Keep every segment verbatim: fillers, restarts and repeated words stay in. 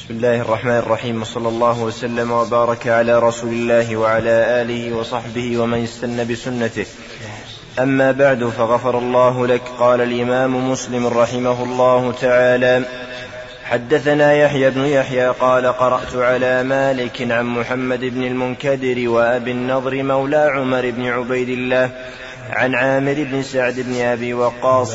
بسم الله الرحمن الرحيم، وصلى الله وسلم وبارك على رسول الله وعلى آله وصحبه ومن استنى بسنته. أما بعد، فغفر الله لك. قال الإمام مسلم رحمه الله تعالى: حدثنا يحيى بن يحيى قال: قرأت على مالك عن محمد بن المنكدر وأبي النضر مولى عمر بن عبيد الله عن عامر بن سعد بن أبي وقاص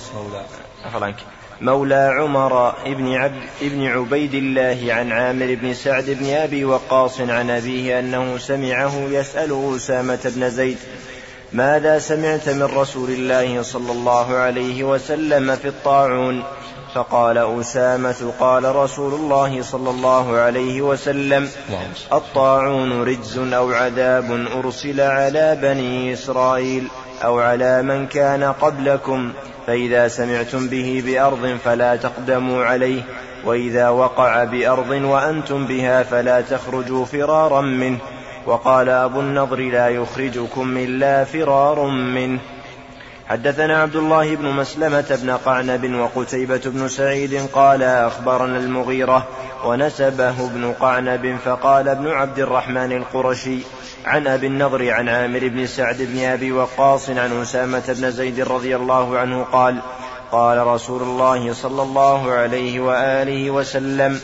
مولى عمر بن, عبد بن عبيد الله عن عامر بن سعد بن أبي وقاص عن أبيه أنه سمعه يسأل أسامة بن زيد: ماذا سمعت من رسول الله صلى الله عليه وسلم في الطاعون؟ فقال أسامة: قال رسول الله صلى الله عليه وسلم: الطاعون رجز أو عذاب أرسل على بني إسرائيل أو على من كان قبلكم، فإذا سمعتم به بأرض فلا تقدموا عليه، وإذا وقع بأرض وأنتم بها فلا تخرجوا فرارا منه. وقال أبو النضر: لا يخرجكم إلا فرار منه. حدثنا عبد الله بن مسلمة بن قعنب وقتيبة بن سعيد قال: أخبرنا المغيرة، ونسبه ابن قعنب فقال ابن عبد الرحمن القرشي عن أبي النضر عن عامر بن سعد بن أبي وقاص عن أسامة بن زيد رضي الله عنه قال: قال رسول الله صلى الله عليه وآله وسلم: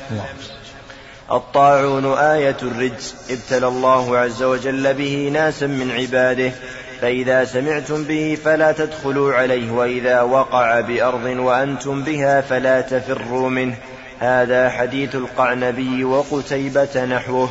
الطاعون آية الرجس ابتلى الله عز وجل به ناسا من عباده، فإذا سمعتم به فلا تدخلوا عليه، وإذا وقع بأرض وأنتم بها فلا تفروا منه. هذا حديث القعنبي وقتيبة نحوه.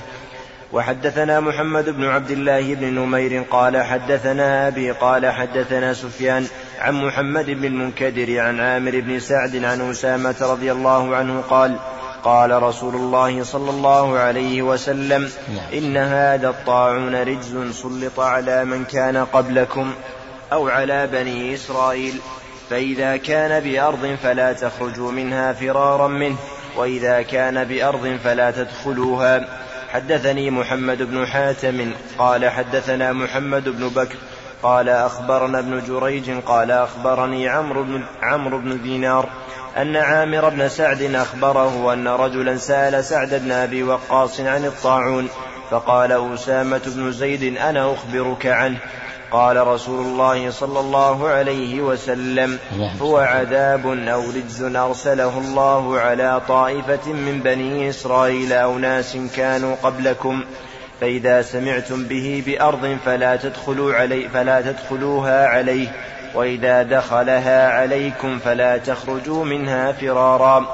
وحدثنا محمد بن عبد الله بن نمير قال: حدثنا أبي قال: حدثنا سفيان عن محمد بن المنكدر عن عامر بن سعد عن أسامة رضي الله عنه قال: قال رسول الله صلى الله عليه وسلم: إن هذا الطاعون رجز سلط على من كان قبلكم أو على بني إسرائيل، فإذا كان بأرض فلا تخرجوا منها فرارا منه، وإذا كان بأرض فلا تدخلوها. حدثني محمد بن حاتم قال: حدثنا محمد بن بكر قال: أخبرنا ابن جريج قال: أخبرني عمرو بن, عمرو بن دينار أن عامر بن سعد أخبره أن رجلا سأل سعد بن أبي وقاص عن الطاعون، فقال أسامة بن زيد: أنا أخبرك عنه. قال رسول الله صلى الله عليه وسلم: هو عذاب أو رجز أرسله الله على طائفة من بني إسرائيل أو ناس كانوا قبلكم، فإذا سمعتم به بأرض فلا تدخلوا علي فلا تدخلوها عليه، وإذا دخلها عليكم فلا تخرجوا منها فرارا.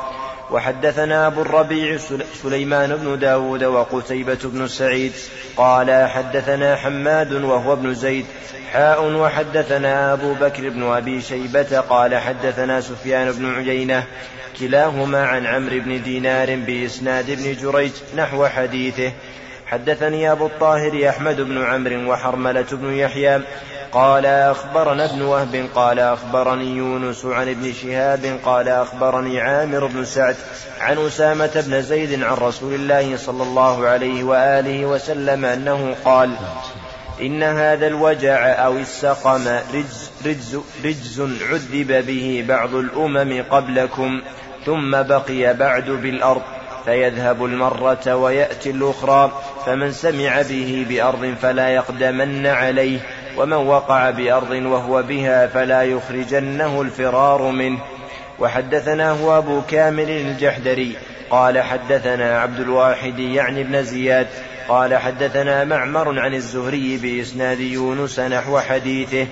وحدثنا أبو الربيع سليمان بن داود وقتيبة بن سعيد قال: حدثنا حماد وهو ابن زيد حاء. وحدثنا أبو بكر بن أبي شيبة قال: حدثنا سفيان بن عيينة كلاهما عن عمرو بن دينار بإسناد ابن جريج نحو حديثه. حدثني أبو الطاهر أحمد بن عمرو وحرملة بن يحيى قال: أخبرنا ابن وهب قال: أخبرني يونس عن ابن شهاب قال: أخبرني عامر بن سعد عن أسامة بن زيد عن رسول الله صلى الله عليه وآله وسلم أنه قال: إن هذا الوجع أو السقم رجز, رجز, رجز عذب به بعض الأمم قبلكم، ثم بقي بعد بالأرض، فيذهب المرة ويأتي الأخرى، فمن سمع به بأرض فلا يقدمن عليه، ومن وقع بأرض وهو بها فلا يخرجنه الفرار منه. وحدثنا هو أبو كامل الجحدري قال: حدثنا عبد الواحد يعني ابن زياد قال: حدثنا معمر عن الزهري بإسناد يونس نحو حديثه.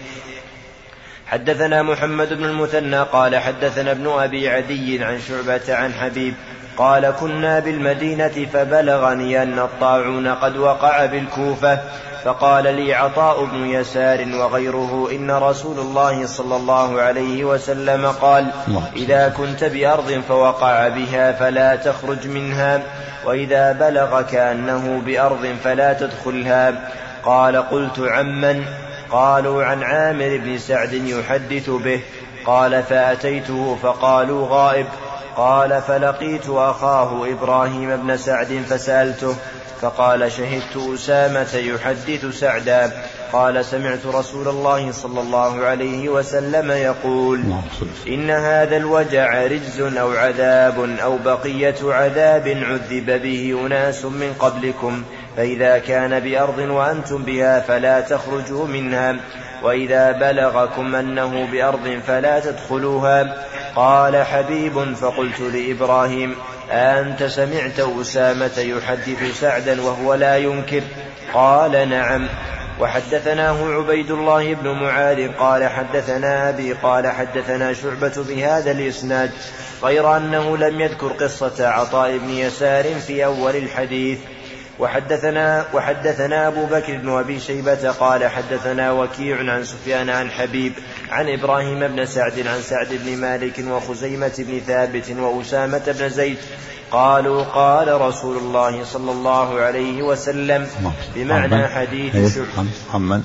حدثنا محمد بن المثنى قال: حدثنا ابن أبي عدي عن شعبة عن حبيب قال: كنا بالمدينة فبلغني أن الطاعون قد وقع بالكوفة، فقال لي عطاء بن يسار وغيره: إن رسول الله صلى الله عليه وسلم قال: إذا كنت بأرض فوقع بها فلا تخرج منها، وإذا بلغك أنه بأرض فلا تدخلها. قال: قلت: عمن؟ قالوا: عن عامر بن سعد يحدث به. قال: فأتيته فقالوا: غائب. قال: فلقيت أخاه إبراهيم بن سعد فسألته، فقال: شهدت أسامة يحدث سعدا. قال سمعت رسول الله صلى الله عليه وسلم يقول إن هذا الوجع رجز أو عذاب أو بقية عذاب عذب به أناس من قبلكم، فإذا كان بأرض وأنتم بها فلا تخرجوا منها، وإذا بلغكم أنه بأرض فلا تدخلوها. قال حبيب فقلت لإبراهيم أنت سمعت أسامة يحدث سعدا وهو لا ينكر؟ قال نعم. وحدثناه عبيد الله بن معاذ قال حدثنا أبي قال حدثنا شعبة بهذا الإسناد، غير أنه لم يذكر قصة عطاء بن يسار في أول الحديث. وحدثنا, وحدثنا أبو بكر بن أبي شيبة قال حدثنا وكيع عن سفيان عن حبيب عن إبراهيم بن سعد عن سعد بن مالك وخزيمة بن ثابت وأسامة بن زيد قالوا قال رسول الله صلى الله عليه وسلم بمعنى حديث شعبة. عن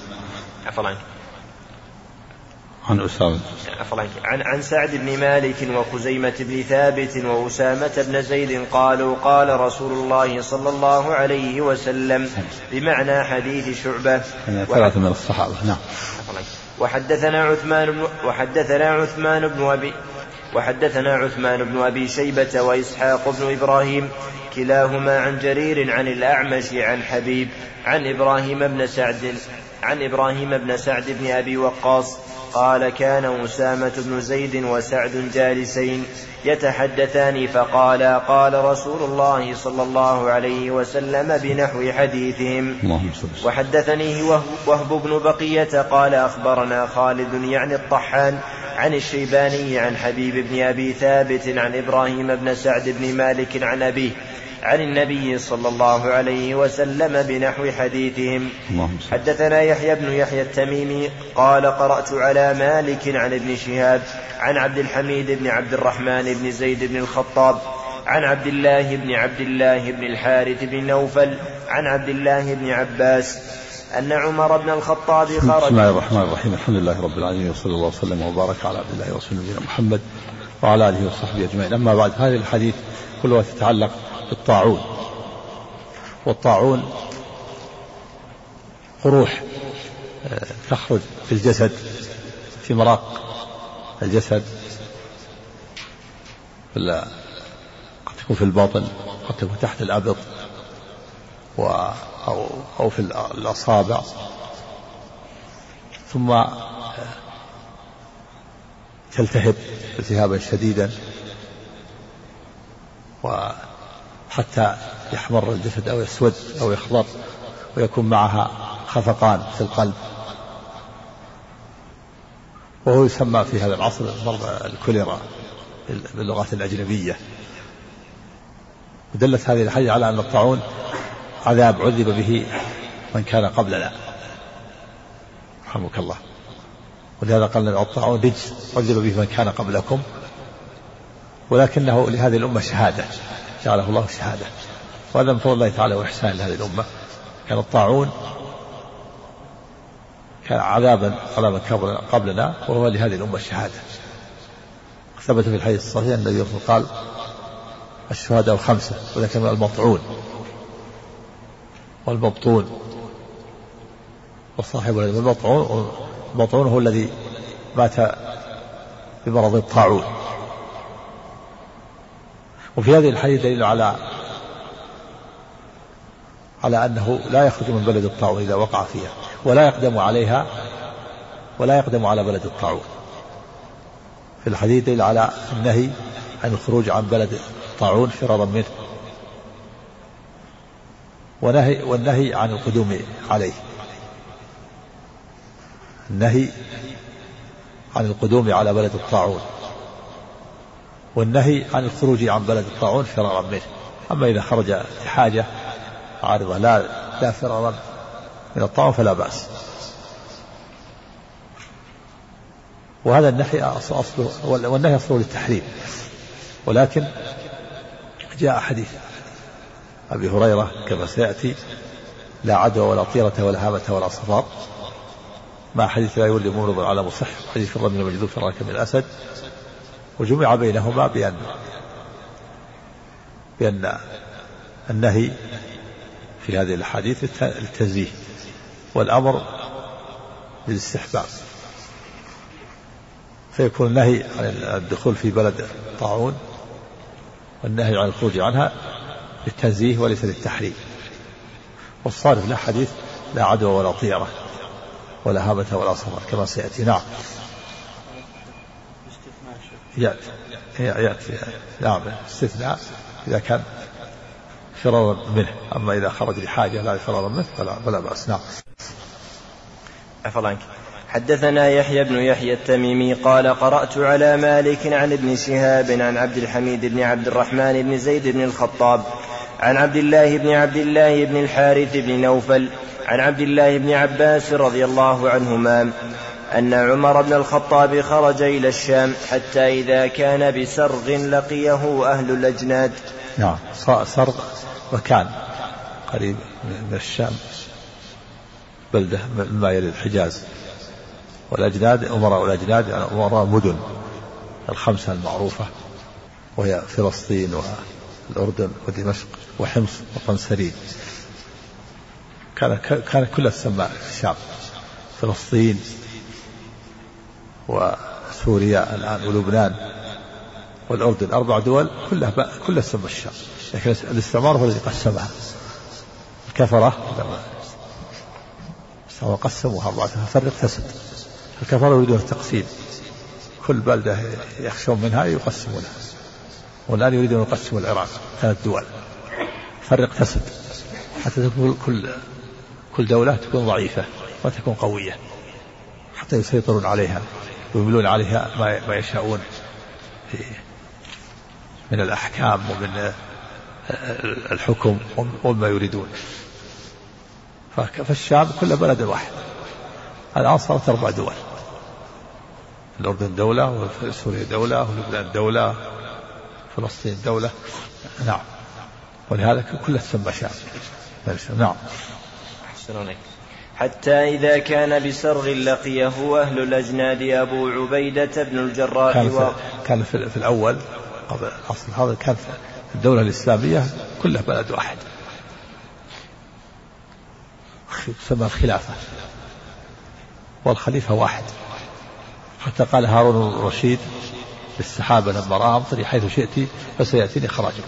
عن أسامة عن, عن سعد بن مالك وخزيمة بن ثابت وأسامة بن زيد قالوا قال رسول الله صلى الله عليه وسلم بمعنى حديث شعبة. ثلاثة من الصحابة. نعم. وحدثنا عثمان بن وحدثنا عثمان بن أبي وحدثنا عثمان بن أبي شيبة وإسحاق بن إبراهيم كلاهما عن جرير عن الأعمش عن حبيب عن إبراهيم بن سعد عن إبراهيم بن سعد بن أبي وقاص قال كان أسامة بن زيد وسعد جالسين يتحدثان فقالا قال رسول الله صلى الله عليه وسلم بنحو حديثهم. وحدثنيه وهب بن بقية قال أخبرنا خالد يعني الطحان عن الشيباني عن حبيب بن أبي ثابت عن إبراهيم بن سعد بن مالك عن أبيه عن النبي صلى الله عليه وسلم بنحو حديثهم. حدثنا يحيى بن يحيى التميمي قال قرأت على مالك عن ابن شهاب عن عبد الحميد بن عبد الرحمن بن زيد بن الخطاب عن عبد الله بن عبد الله بن الحارث بن نوفل عن عبد الله بن عباس أن عمر بن الخطاب خرج. بسم الله الرحمن الرحيم. الحمد لله رب العالمين وصلى الله وسلم وبارك على عبد الله ورسوله نبينا محمد وعلى آله وصحبه أجمعين. أما بعد، هذه الحديث كلها تتعلق بالطاعون. والطاعون قروح تخرج في الجسد في مراق الجسد، قد تكون في الباطن، قد تكون تحت الأبط أو, أو في الأصابع، ثم تلتهب التهابا شديدا وحتى يحمر الجسد أو يسود أو يخضر، ويكون معها خفقان في القلب، وهو يسمى في هذا العصر مرض الكوليرا باللغات الأجنبية. ودلت هذه الحديث على أن الطاعون عذاب عذب به من كان قبلنا، رحمك الله. ولهذا قال لنا الطاعون رجس عذب به من كان قبلكم، ولكنه لهذه الأمة شهادة، جعله الله شهادة، وهذا من فضل الله تعالى وإحسان لهذه الأمة. كان الطاعون كان عذابا عذابا قبلنا، وهو لهذه الأمة شهادة. ثبت في الحديث الصحيح أن النبي قال الشهداء خمسة، ولكن المطعون والمبطون والصاحب المطعون. المطعون هو الذي مات بمرض الطاعون. وفي هذه الحديث دليل على على أنه لا يخرج من بلد الطاعون إذا وقع فيها، ولا يقدم عليها، ولا يقدم على بلد الطاعون. في الحديث دليل على النهي عن الخروج عن بلد الطاعون فرارا منه، ونهي والنهي عن القدوم عليه، النهي عن القدوم على بلد الطاعون، والنهي عن الخروج عن بلد الطاعون فرارا منه. أما إذا خرج لحاجة عارضة لا لا فرارا من الطاعون فلا بأس. وهذا النهي أصله، والنهي أصله للتحريم، ولكن جاء حديث أبي هريرة كما سيأتي: لا عدوى ولا طيرة ولا هامة ولا صفار، مع حديث لا يولي ممرض على مصح، حديث فر من المجذوب فراك من الأسد. وجمع بينهما بأن بأن النهي في هذه الحديث للتنزيه، والأمر للاستحباب، فيكون النهي عن الدخول في بلد طاعون والنهي عن الخروج عنها للتنزيه وليس للتحريم. والصارف لا حديث لا عدوى ولا طيرة ولا هامة ولا صفر كما سيأتي. نعم يأتي يأتي نعم استثناء إذا كان فرارا منه، أما إذا خرج لحاجة لا فرارا منه فلا, فلا بأس. نعم. أفضلك. حدثنا يحيى بن يحيى التميمي قال قرأت على مالك عن ابن شهاب عن عبد الحميد بن عبد الرحمن بن زيد بن الخطاب عن عبد الله بن عبد الله بن الحارث بن نوفل عن عبد الله بن عباس رضي الله عنهما أن عمر بن الخطاب خرج إلى الشام حتى إذا كان بسرغ لقيه أهل الأجناد. نعم سرغ مكان قريب من الشام، بلدة ما يلي الحجاز، والأجناد أمراء الأجناد يعني أمراء مدن الخمسة المعروفة وهي فلسطين والأردن ودمشق وحمص وقنسرين. كان كان كلها تسمى الشام، فلسطين وسوريا الآن ولبنان والأردن، أربع دول كلها كلها تسمى الشام، لكن الاستعمار هو الذي قسمها. الكفرة وقسموها أربعة فرق تسد. الكفرة يريدون التقسيم، كل بلدة يخشون منها يقسمونها، والآن يريدون يقسموا العراق ثلاث دول فرق تسد، حتى تكون كل كل دولة تكون ضعيفة وتكون قوية، حتى يسيطرون عليها ويملون عليها ما يشاءون من الأحكام ومن الحكم وما يريدون. فالشام كل بلد واحد، الآن صارت أربع دول، الأردن دولة وسوريا دولة ولبنان دولة فلسطين دولة. نعم ولهذا كلها تسمى شام. نعم. حتى إذا كان بسرغ لقيه أهل الأجناد أبو عبيدة بن الجراح كان في, كان في, في الأول قبل الأصل هذا كان في الدولة الإسلامية كلها بلد واحد تسمى الخلافة، والخليفة واحد، حتى قال هارون الرشيد للسحابة لما رأى أمطري حيث شئت فسيأتيني خراجك،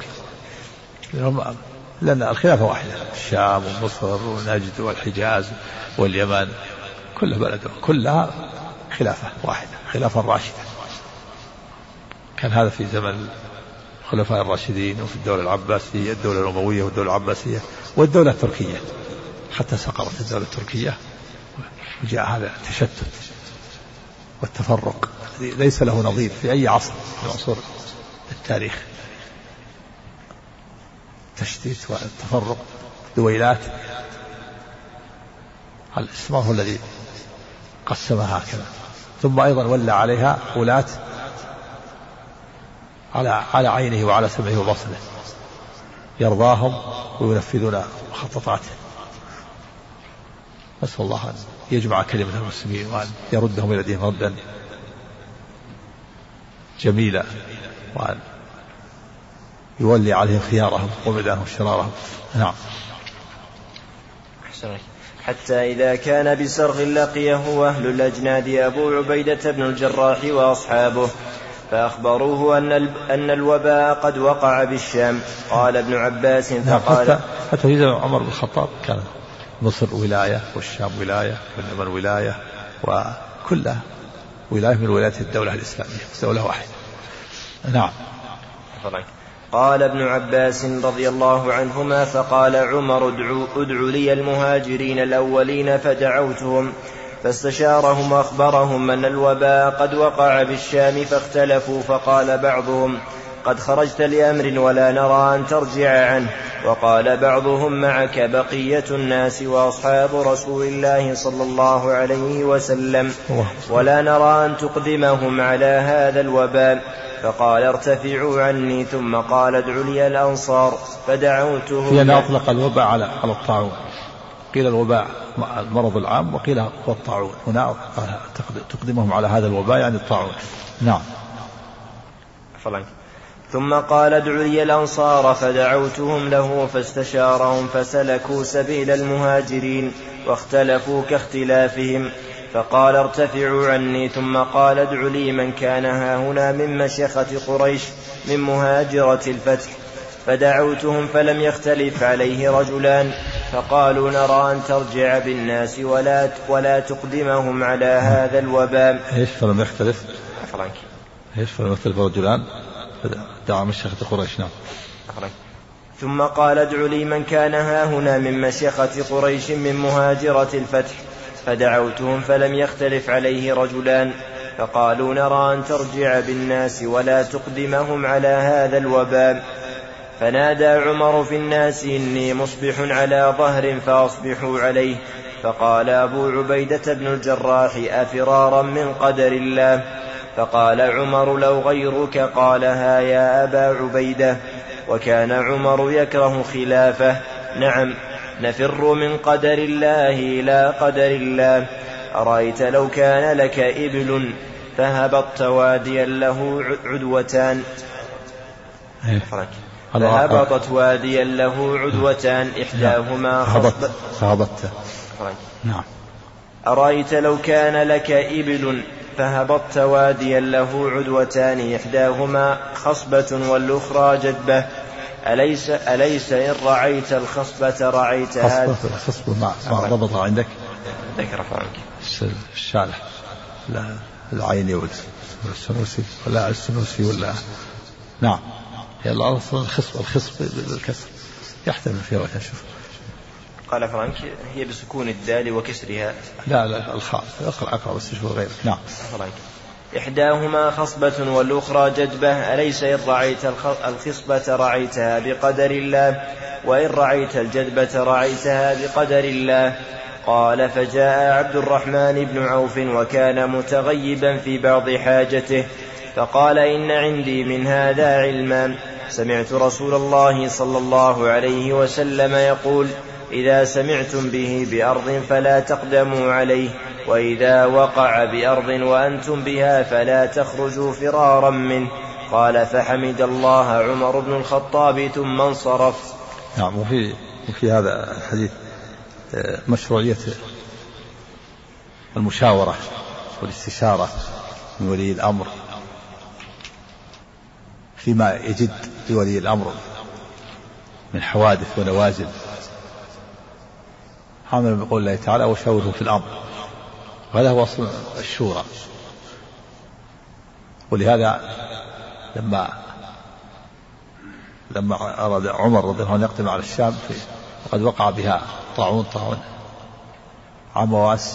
لأن الخلافة واحدة، الشام ومصر ونجد والحجاز واليمن كلها بلد كلها خلافة واحدة، خلافة راشدة. كان هذا في زمن الخلفاء الراشدين، وفي الدولة العباسية الدولة الأموية والدولة العباسية والدولة التركية، حتى سقطت الدولة التركية وجاء هذا التشتت والتفرق ليس له نظير في أي عصر من عصور التاريخ، التشتيت والتفرق دويلات. الإسلام هو الذي قسمها هكذا، ثم أيضا ولى عليها ولاة على على عينه وعلى سمعه وبصره يرضاهم وينفذون مخططاته. نسأل الله أن يجمع كلمة المسلمين وأن يردهم إلى دينهم ردا جميلا، وأن يولي عليهم خيارهم وبدانهم شرارهم. نعم. حتى إذا كان بسرغ لقيه أهل الأجناد أبو عبيدة بن الجراح وأصحابه فأخبروه أن أن الوباء قد وقع بالشام. قال ابن عباس فقال حتى, حتى في زمن عمر بن الخطاب كان مصر ولاية والشام ولاية واليمن ولاية وكلها ولاية من ولايات الدولة الإسلامية، دولة واحدة. نعم. قال ابن عباس رضي الله عنهما فقال عمر ادعوا ادعو لي المهاجرين الأولين فدعوتهم فاستشارهم وأخبرهم أن الوباء قد وقع بالشام فاختلفوا، فقال بعضهم قد خرجت لأمر ولا نرى أن ترجع عنه، وقال بعضهم معك بقية الناس وأصحاب رسول الله صلى الله عليه وسلم ولا نرى أن تقدمهم على هذا الوباء، فقال ارتفعوا عني، ثم قال ادعوا لي الأنصار فدعوتهم. يعني أطلق الوباء على على الطاعون، قيل الوباء المرض العام وقيل هو الطاعون، هنا تقدمهم على هذا الوباء يعني الطاعون. نعم. ثم قال ادعوا لي الأنصار فدعوتهم له فاستشارهم فسلكوا سبيل المهاجرين واختلفوا كاختلافهم، فقال ارتفعوا عني. ثم قال ادع لي من كان هاهنا من مشيخة قريش من مهاجرة الفتح. فدعوتهم فلم يختلف عليه رجلان فقالوا نرى أن ترجع بالناس ولا, ولا تقدمهم على هذا الوباء. ايش فلم يختلف ايش فلم يختلف رجلان دعا مشيخة قريش. نعم. ثم قال ادع لي من كان هاهنا من مشيخة قريش من مهاجرة الفتح. فدعوتهم فلم يختلف عليه رجلان فقالوا نرى أن ترجع بالناس ولا تقدمهم على هذا الوباء. فنادى عمر في الناس إني مصبح على ظهر فأصبحوا عليه. فقال أبو عبيدة بن الجراح أفرارا من قدر الله؟ فقال عمر لو غيرك قالها يا أبا عبيدة. وكان عمر يكره خلافه. نعم نفر من قدر الله إلى قدر الله. أرأيت لو كان لك إبل فهبطت واديا له عدوتان فهبطت واديا له عدوتان إحداهما خصبة. فهبطت. نعم. أرأيت لو كان لك إبل فهبطت واديا له عدوتان إحداهما خصبة والأخرى جدبة أليس, أليس إن رعيت الخصبة رعيت هذا الخصبة مع ضبط عندك ذكر فعنك الشالح لا العيني والسنوسي ولا السنوسي ولا. نعم. هي الأصل الخصب الخصب بالكسر يحتمل فيها وتشوف. قال فرانك هي بسكون الدال وكسرها. لا لا الخاء اقرأ اقرأ بس شوف غيرك. نعم. فرانك إحداهما خصبة والأخرى جدبة أليس إن رعيت الخصبة رعيتها بقدر الله وإن رعيت الجدبة رعيتها بقدر الله. قال فجاء عبد الرحمن بن عوف وكان متغيبا في بعض حاجته فقال إن عندي من هذا علما. سمعت رسول الله صلى الله عليه وسلم يقول إذا سمعتم به بأرض فلا تقدموا عليه وإذا وقع بأرض وأنتم بها فلا تخرجوا فرارا منه. قال فحمد الله عمر بن الخطاب ثم انصرف. نعم. وفي, وفي هذا الحديث مشروعية المشاورة والاستشارة من ولي الأمر فيما يجد لولي الأمر من حوادث ونوازل. حامل بقول الله تعالى وشاوره في الأمر. وهذا هو أصل الشورى. ولهذا لما لما أراد عمر رضي الله عنه يقدم على الشام وقد وقع بها طاعون طاعون عام واس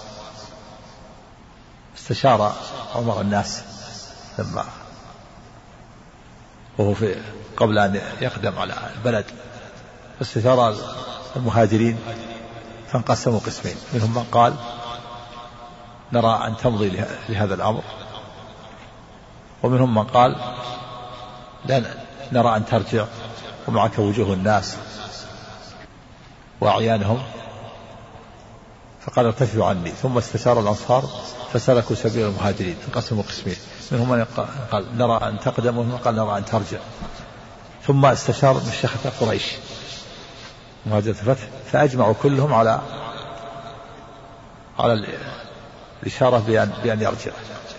استشار عمر الناس لما وهو في قبل أن يقدم على البلد فاستشار المهاجرين فانقسموا قسمين. منهم من قال نرى أن تمضي لهذا الأمر ومنهم من قال لا نرى أن ترجع ومعك وجوه الناس وأعيانهم. فقال ارتفعوا عني. ثم استشار الأنصار فسلكوا سبيل المهاجرين انقسموا قسمين. منهم من قال نرى أن تقدم ومنهم قال نرى أن ترجع. ثم استشار مشيخة قريش مهاجرة الفتح فأجمعوا كلهم على على الإشارة بأن, بأن يرجع.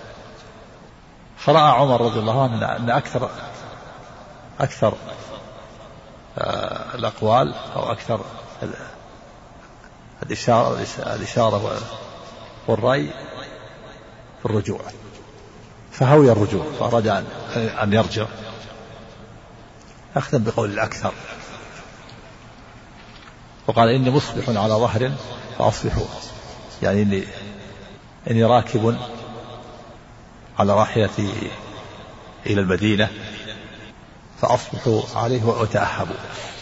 فرأى عمر رضي الله عنه أن أكثر أكثر الأقوال أو أكثر الإشارة, الإشارة والرأي في الرجوع فهوي الرجوع فأراد أن يرجع. أخذ بقول الأكثر وقال إني مصبح على ظهر فأصبحوا يعني إني, إني راكب على راحلتي إلى المدينة فأصبحوا عليه وتأهبوا.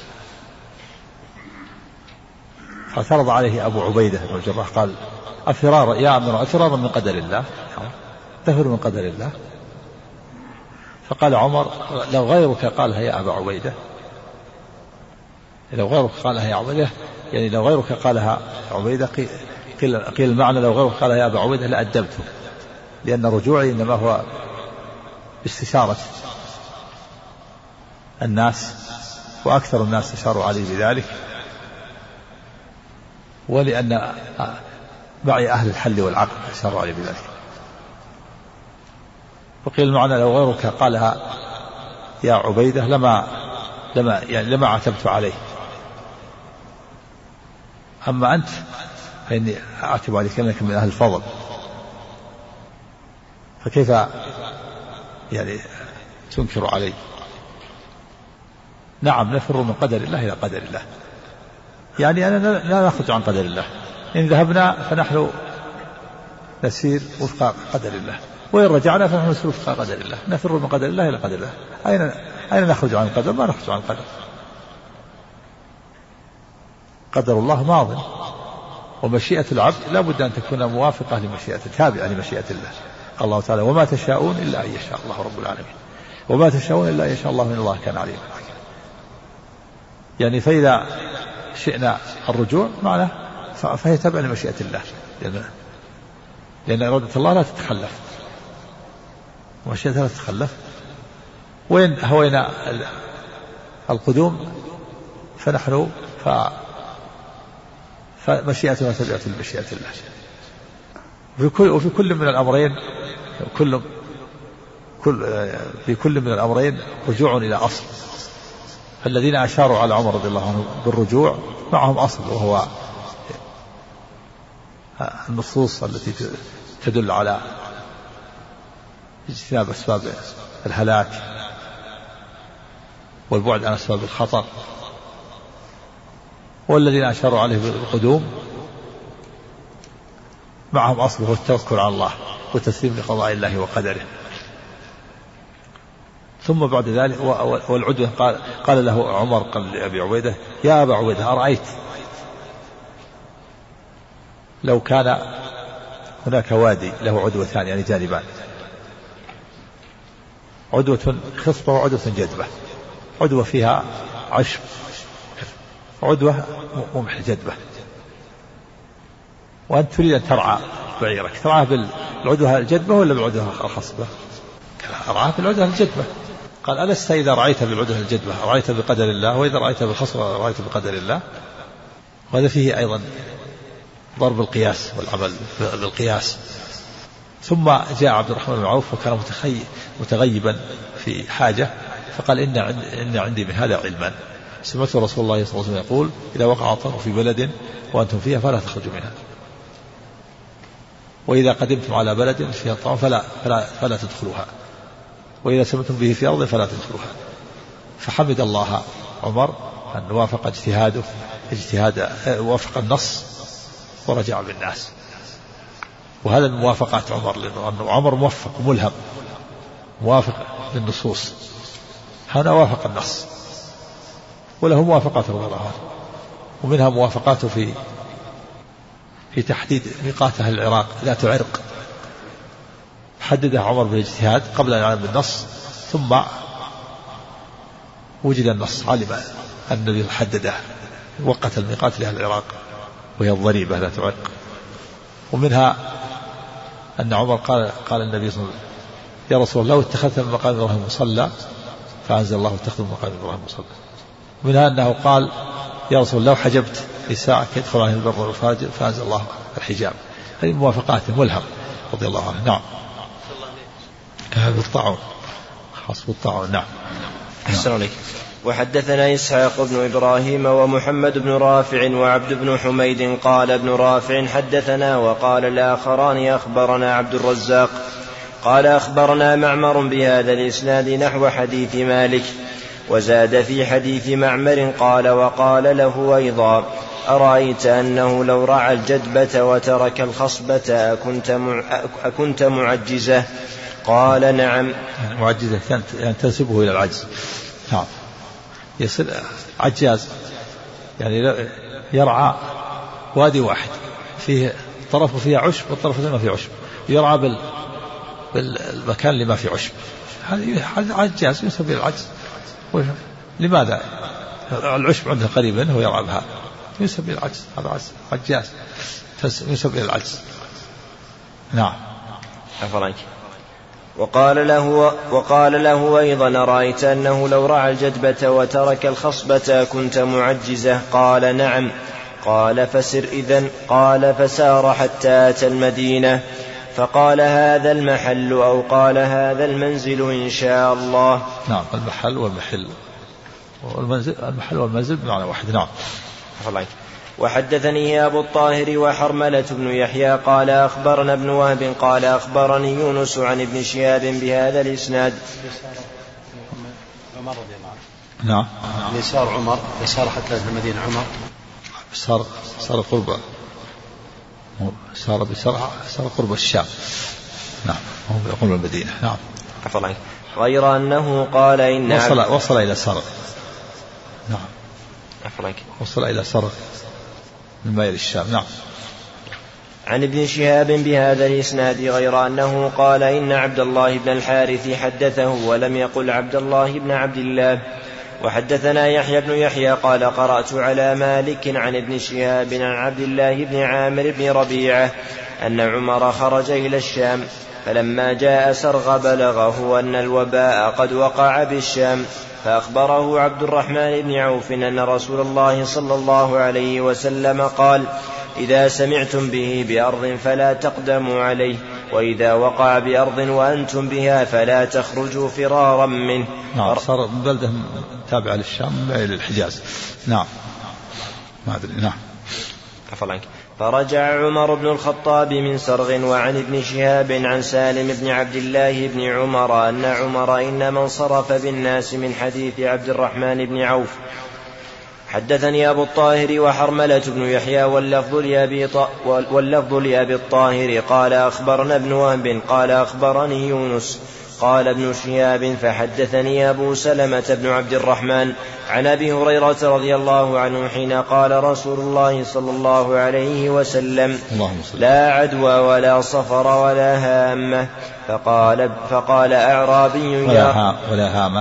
فاعترض عليه أبو عبيدة بن الجراح قال أفرار يا أمير أفرارا من قدر الله تفر من قدر الله. فقال عمر لو غيرك قالها يا أبا عبيدة لو غيرك قالها يا عبيدة يعني لو غيرك قالها عبيدة قيل, قيل المعنى لو غيرك قالها يا أبا عبيدة لأدبته لأن رجوعي إنما هو باستشارة الناس وأكثر الناس استشاروا علي بذلك ولأن معي أهل الحل والعقل أشار عليه بذلك. وقيل المعنى لو غيرك قالها يا عبيدة لما لما يعني لما عتبت عليه، أما أنت فإني أعتب عليك أنك من أهل الفضل، فكيف يعني تنكر علي؟ نعم نفر من قدر الله إلى قدر الله، يعني أنا لا نخرج عن قدر الله، إن ذهبنا فنحن نسير وفق قدر الله، وإن رجعنا فنحن نسير وفق قدر الله، نفر من قدر الله إلى قدر الله. أين أين نخرج عن القدر؟ ما نخرج عن القدر. قدر الله ماض، ومشيئة العبد لا بد أن تكون موافقة لمشيئة تابعة لمشيئة الله. قال الله تعالى وما تشاءون إلا أن يشاء الله رب العالمين، وما تشاءون إلا أن يشاء الله، إن الله كان عليما. يعني فإذا شئنا الرجوع معنا فهي تابعة لمشيئة الله، لأن لأن إرادة الله لا تتخلف، ومشيئتها لا تتخلف. وإن هوينا القدوم فنحن ف فمشيئتنا تابعة لمشيئة الله. وفي كل وفي كل من الأمرين كل كل في كل من الأمرين رجوع إلى أصل. فالذين أشاروا على عمر رضي الله عنه بالرجوع معهم أصل، وهو النصوص التي تدل على اجتناب أسباب الهلاك والبعد عن أسباب الخطر. والذين أشاروا عليه بالقدوم معهم أصل، وهو التوكل على الله والتسليم لقضاء الله وقدره. ثم بعد ذلك والعدوة قال, قال له عمر قال لأبي عبيدة يا أبا عبيدة أرأيت لو كان هناك وادي له عدوتان يعني جانبان، عدوة خصبة وعدوة جدبة، عدوة فيها عشب، عدوة ممح جدبة، وأنت تريد أن ترعى بعيرك، ترعاه بالعدوة الجدبة ولا بالعدوة الخصبة؟ أرعاه بالعدوة الجدبة. قال ألست إذا رأيت بالعدوة الجدبة رأيت بقدر الله، وإذا رأيت بالخصبة رأيت بقدر الله؟ وهذا فيه أيضا ضرب القياس والعمل بالقياس. ثم جاء عبد الرحمن بن عوف وكان متغيبا في حاجة، فقال إن, إن عندي من هذا علما، سمعت رسول الله صلى الله عليه وسلم يقول إذا وقع طرف في بلد وأنتم فيها فلا تخرجوا منها، وإذا قدمتم على بلد فيها طعام فلا, فلا, فلا تدخلوها، وإذا سمعتم به في أرض فلا تدخلوها. فحمد الله عمر أن وافق اجتهاده اجتهاد وافق النص ورجع بالناس. وهذا من موافقات عمر، لأنه عمر موفق وملهم موافق للنصوص، هنا وافق النص وله موافقات رضي الله عنه، ومنها موافقاته في في تحديد ميقات أهل العراق ذات عرق، حددها عمر بالاجتهاد قبل أن يعلم بالنص، ثم وجد النص علم أن النبي حدده وقت الميقات لأهل العراق وهي الضريبة ذات عرق. ومنها أن عمر قال قال النبي صلى الله عليه وسلم يا رسول الله لو اتخذت من مقام إبراهيم مصلى، فأنزل الله اتخذ من مقام إبراهيم مصلى. منها أنه قال يا رسول الله لو حجبت لساعة يدخل عليه البر والفاجر، فأنزل الله الحجاب. هذه موافقات ملهم رضي الله عنه. نعم. هذا الطاعون خاص بالطاعون. نعم. أحسن عليك. وحدثنا إسحاق بن إبراهيم ومحمد بن رافع وعبد بن حميد قال ابن رافع حدثنا، وقال الآخران أخبرنا عبد الرزاق قال أخبرنا معمر بهذا الإسناد نحو حديث مالك، وزاد في حديث معمر قال وقال له أيضا أرأيت أنه لو رعى الجدبة وترك الخصبة أكنت, مع... أكنت معجزة؟ قال نعم. معجزة يعني تنسبه إلى العجز. نعم يصير عجاز، يعني يرعى وادي واحد فيه طرف فيه عشب والطرف ما فيه عشب، يرعى بال... بالمكان اللي ما فيه عشب، هذا عجاز يسمى العجز. لماذا؟ العشب عنده قريب منه ويرعى بها، يسمى العجز، هذا عجاز يسمى العجز. نعم. أفرنك. وقال له, وقال له أيضا أرأيت أنه لو رعى الجدبة وترك الخصبة كنت معجزة؟ قال نعم. قال فسر إذن. قال فسار حتى أتى المدينة فقال هذا المحل أو قال هذا المنزل إن شاء الله. نعم المحل والمحل والمنزل، المحل والمنزل بمعنى واحد. نعم. وحدثني أبو الطاهر وحرملة بن يحيى قال أخبرنا ابن وهب قال أخبرني يونس عن ابن شهاب بهذا الإسناد. عمر رضي الله عنه. نعم. يسار عمر يسار حتى في المدينة عمر صار صار قرب صار بسرعة صار قرب الشام. نعم هو يقول المدينة. نعم. عفوا غير أنه قال إن وصل وصل إلى سرق. نعم. عفوا وصل إلى سرق من ميل الشام. نعم. عن ابن شهاب بهذا الإسناد غير أنه قال إن عبد الله بن الحارث حدثه ولم يقل عبد الله بن عبد الله. وحدثنا يحيى بن يحيى قال قرأت على مالك عن ابن شهاب عن عبد الله بن عامر بن ربيعة أن عمر خرج إلى الشام فلما جاء سرغ بلغه أن الوباء قد وقع بالشام فأخبره عبد الرحمن بن عوف أن رسول الله صلى الله عليه وسلم قال إذا سمعتم به بأرض فلا تقدموا عليه وإذا وقع بأرض وأنتم بها فلا تخرجوا فرارا منه. نعم. صار بلدة تابعة للشام إلى الحجاز. نعم. ما أدري. نعم. فرجع عمر بن الخطاب من سرغ وعن ابن شهاب عن سالم بن عبد الله بن عمر أن عمر إنما انصرف بالناس من حديث عبد الرحمن بن عوف. حدثني أبو الطاهر وحرملة بن يحيى واللفظ لأبي, ط... واللفظ لأبي الطاهر قال أخبرنا ابن وهب قال أخبرني يونس قال ابن شهاب فحدثني أبو سلمة بن عبد الرحمن عن أبي هريرة رضي الله عنه حين قال رسول الله صلى الله عليه وسلم لا عدوى ولا صفر ولا هامة فقال, فقال أعرابي ولا, ها ولا هامة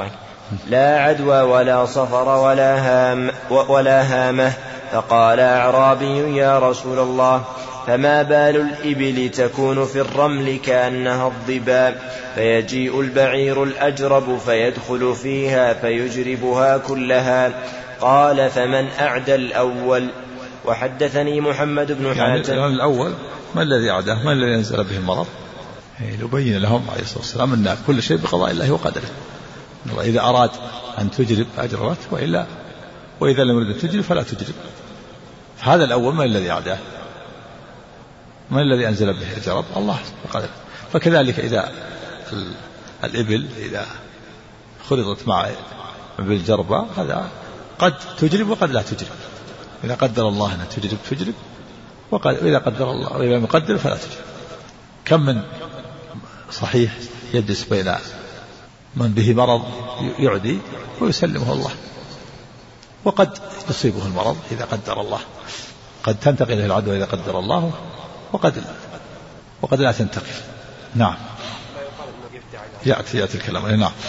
لا عدوى ولا صفر ولا هام ولا هامة فقال أعرابي يا رسول الله فما بال الإبل تكون في الرمل كأنها الضباء فيجيء البعير الأجرب فيدخل فيها فيجربها كلها قال فمن أعدى الأول. وحدثني محمد بن حاتم يعني الأول ما الذي أعداه ما الذي ينزل به المرض يبين لهم عليه الصلاة والسلام أن كل شيء بقضاء الله وقدره إذا أراد أن تجرب أجربت وإلا وإذا لم يرد تجرب فلا تجرب. هذا الأول ما الذي أعداه ما الذي أنزل به الجرب الله وقدره. فكذلك إذا الإبل إذا خلطت مع بالجربة هذا قد تجرب وقد لا تجرب. إذا قدر الله أن تجرب تجرب وإذا قدر الله وإذا لم يقدر فلا تجرب. كم من صحيح يجلس بين من به مرض يعدي ويسلمه الله وقد يصيبه المرض إذا قدر الله قد تنتقل إلى العدوى إذا قدر الله وقد وقد لا تنتقل. نعم. يأتي يأتي الكلام. نعم.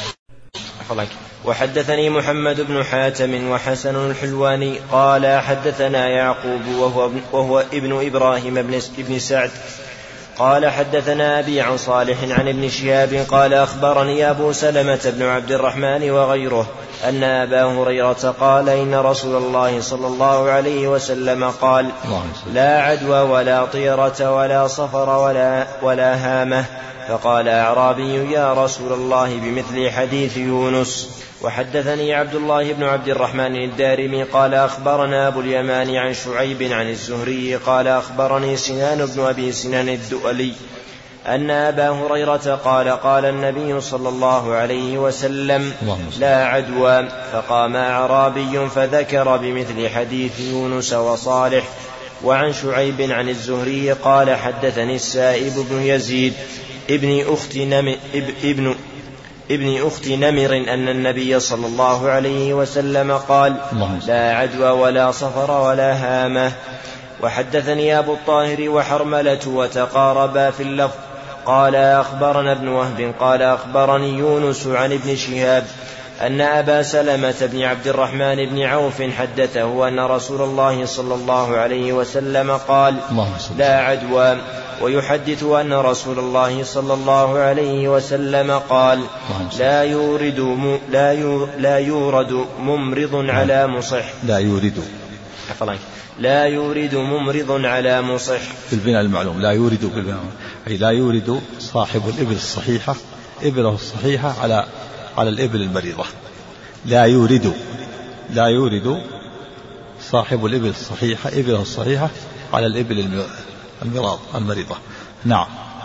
وحدثني محمد بن حاتم وحسن الحلواني قال حدثنا يعقوب وهو, وهو ابن إبراهيم بن سعد قال حدثنا أبي عن صالح عن ابن شهاب قال أخبرني أبو سلمة بن عبد الرحمن وغيره أن أبا هريرة قال إن رسول الله صلى الله عليه وسلم قال لا عدوى ولا طيرة ولا صفر ولا, ولا هامة فقال أعرابي يا رسول الله بمثل حديث يونس. وحدثني عبد الله بن عبد الرحمن الدارمي قال أخبرنا أبو اليمان عن شعيب عن الزهري قال أخبرني سنان بن أبي سنان الدؤلي أن أبا هريرة قال قال النبي صلى الله عليه وسلم لا عدوى فقام أعرابي فذكر بمثل حديث يونس وصالح. وعن شعيب عن الزهري قال حدثني السائب بن يزيد ابن أخت نمر ابن ابن أخت نمر أن النبي صلى الله عليه وسلم قال لا عدوى ولا صفر ولا هامة. وحدثني أبو الطاهر وحرملة وتقاربا في اللفظ قال أخبرنا ابن وهب قال أخبرني يونس عن ابن شهاب أن أبا سلمة بن عبد الرحمن بن عوف حدثه أن رسول الله صلى الله عليه وسلم قال لا عدوى ويحدث أن رسول الله صلى الله عليه وسلم قال لا يورد لا لا يورد ممرض على مصح لا يورد لا يورد ممرض على مصح. في البناء المعلوم لا يورد بالبناء، أي لا يورد صاحب الإبل الصحيحة إبله الصحيحة على على الإبل المريضة. لا يورد لا يورد صاحب الإبل الصحيحة إبله الصحيحة على الإبل المرض المريضة. نعم.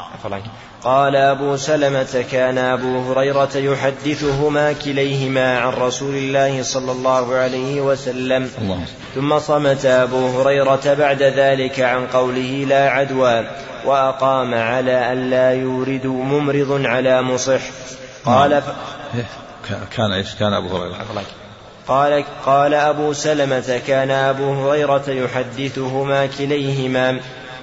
قال أبو سلمة كان أبو هريرة يحدثهما كليهما عن رسول الله صلى الله عليه وسلم. الله. ثم صمت أبو هريرة بعد ذلك عن قوله لا عدوى، وأقام على أن لا يورد ممرض على مصح. قال ف... كان إيش كان أبو هريرة قال قال أبو سلمة كان أبو هريرة يحدثهما كليهما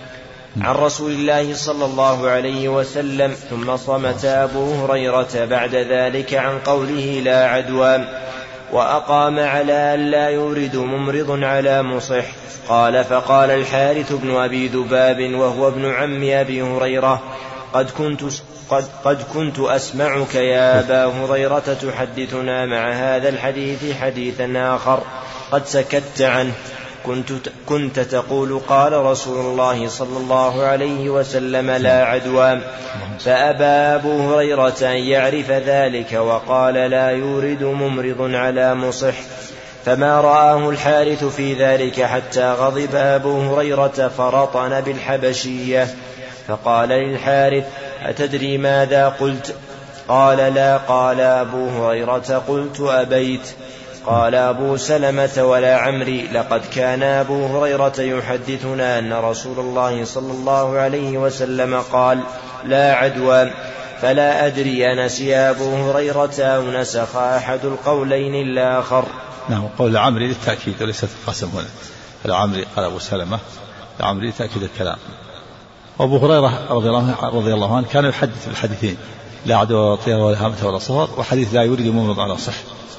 عن رسول الله صلى الله عليه وسلم. ثم صمت أبو هريرة بعد ذلك عن قوله لا عدوى، وأقام على أن لا يورد ممرض على مصح. قال فقال الحارث بن أبي ذباب وهو ابن عم أبي هريرة قد كنت, قد, قد كنت أسمعك يا أبا هريرة تحدثنا مع هذا الحديث حديثا آخر قد سكت عنه، كنت, كنت تقول قال رسول الله صلى الله عليه وسلم لا عدوى. فأبى أبو هريرة أن يعرف ذلك وقال لا يورد ممرض على مصح. فما رآه الحارث في ذلك حتى غضب أبو هريرة فرطن بالحبشية. فقال للحارث أتدري ماذا قلت؟ قال لا. قال أبو هريرة قلت أبيت. قال أبو سلمة ولا عمري لقد كان أبو هريرة يحدثنا أن رسول الله صلى الله عليه وسلم قال لا عدوى، فلا أدري أنسي أبو هريرة أو نسخ أحد القولين الآخر. نعم. قول عمري للتأكيد وليس القسم هنا. العمري قال أبو سلمة العمري لتأكيد الكلام. أبو هريرة رضي الله عنه كان يحدث بالحديثين لا عدوى ولا طيرة ولا هامة ولا صفر، وحديث لا يورد ممرض على صح.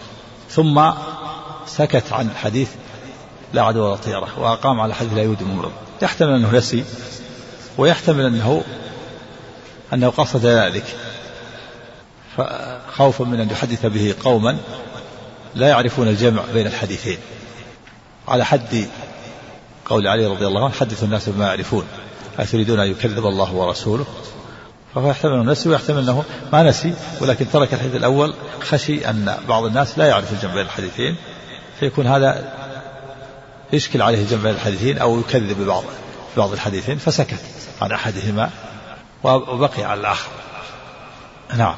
ثم سكت عن الحديث لا عدوى ولا طيرة وأقام على حديث لا يورد ممرض. يحتمل أنه نسي، ويحتمل أنه أنه قصد ذلك خوفا من أن يحدث به قوما لا يعرفون الجمع بين الحديثين، على حد قول علي رضي الله عنه حدثوا الناس بما يعرفون أتريدون أن يكذب الله ورسوله. فهو يحتمل أنه نسي ويحتمل أنه ما نسي، ولكن ترك الحديث الأول خشي أن بعض الناس لا يعرف الجمع بين الحديثين، فيكون هذا يشكل عليه الجمع بين الحديثين أو يكذب ببعض بعض الحديثين، فسكت عن أحدهما وبقي على الآخر. نعم.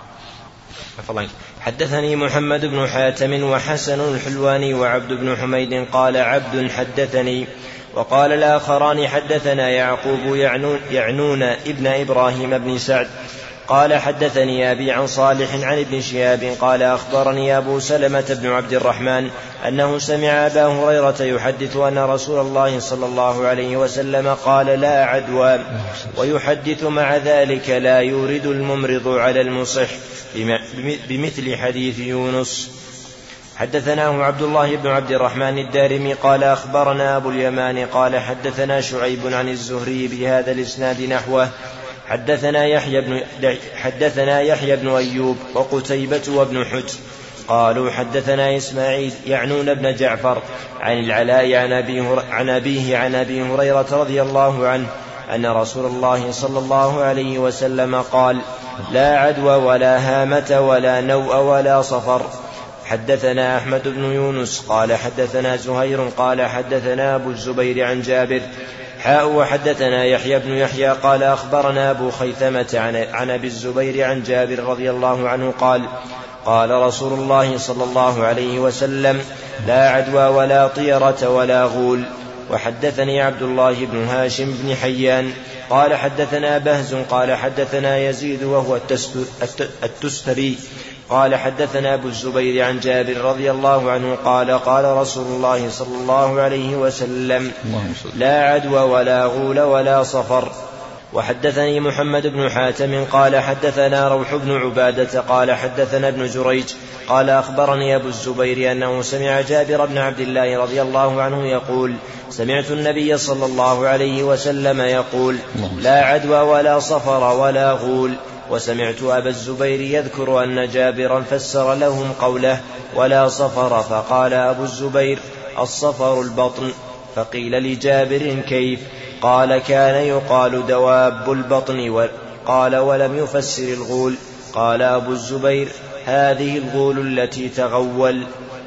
حدثني محمد بن حاتم وحسن الحلواني وعبد بن حميد قال عبد حدثني، وقال الآخران حدثنا يعقوب يعنون, يعنون ابن إبراهيم بن سعد قال حدثني أبي عن صالح عن ابن شهاب قال أخبرني أبو سلمة بن عبد الرحمن أنه سمع أبا هريرة يحدث أن رسول الله صلى الله عليه وسلم قال لا عدوى، ويحدث مع ذلك لا يورد الممرض على المصح بمثل حديث يونس. حدثناه عبد الله بن عبد الرحمن الدارمي قال أخبرنا أبو اليمان قال حدثنا شعيب عن الزهري بهذا الإسناد نحوه. حدثنا يحيى بن حدثنا يحيى بن أيوب وقتيبة وابن حج قالوا حدثنا إسماعيل يعنون ابن جعفر عن العلاء عن أبيه عن أبيه عن أبي هريرة رضي الله عنه أن رسول الله صلى الله عليه وسلم قال لا عدوى ولا هامة ولا نوء ولا صفر. حدثنا أحمد بن يونس قال حدثنا زهير قال حدثنا أبو الزبير عن جابر حاء وحدثنا يحيى بن يحيى قال أخبرنا أبو خيثمة عن أبي الزبير عن جابر رضي الله عنه قال قال رسول الله صلى الله عليه وسلم لا عدوى ولا طيرة ولا غول. وحدثني عبد الله بن هاشم بن حيان قال حدثنا بهز قال حدثنا يزيد وهو التستري قال حدثنا أبو الزبير عن جابر رضي الله عنه قال قال رسول الله صلى الله عليه وسلم لا عدوى ولا غول ولا صفر. وحدثني محمد بن حاتم قال حدثنا روح بن عبادة قال حدثنا ابن جريج قال أخبرني أبو الزبير أنه سمع جابر بن عبد الله رضي الله عنه يقول سمعت النبي صلى الله عليه وسلم يقول لا عدوى ولا صفر ولا غول. وسمعت أبا الزبير يذكر أن جابرا فسر لهم قوله ولا صفر، فقال أبو الزبير الصفر البطن. فقيل لجابر كيف؟ قال كان يقال دواب البطن. قال ولم يفسر الغول. قال أبو الزبير هذه الغول التي تغول.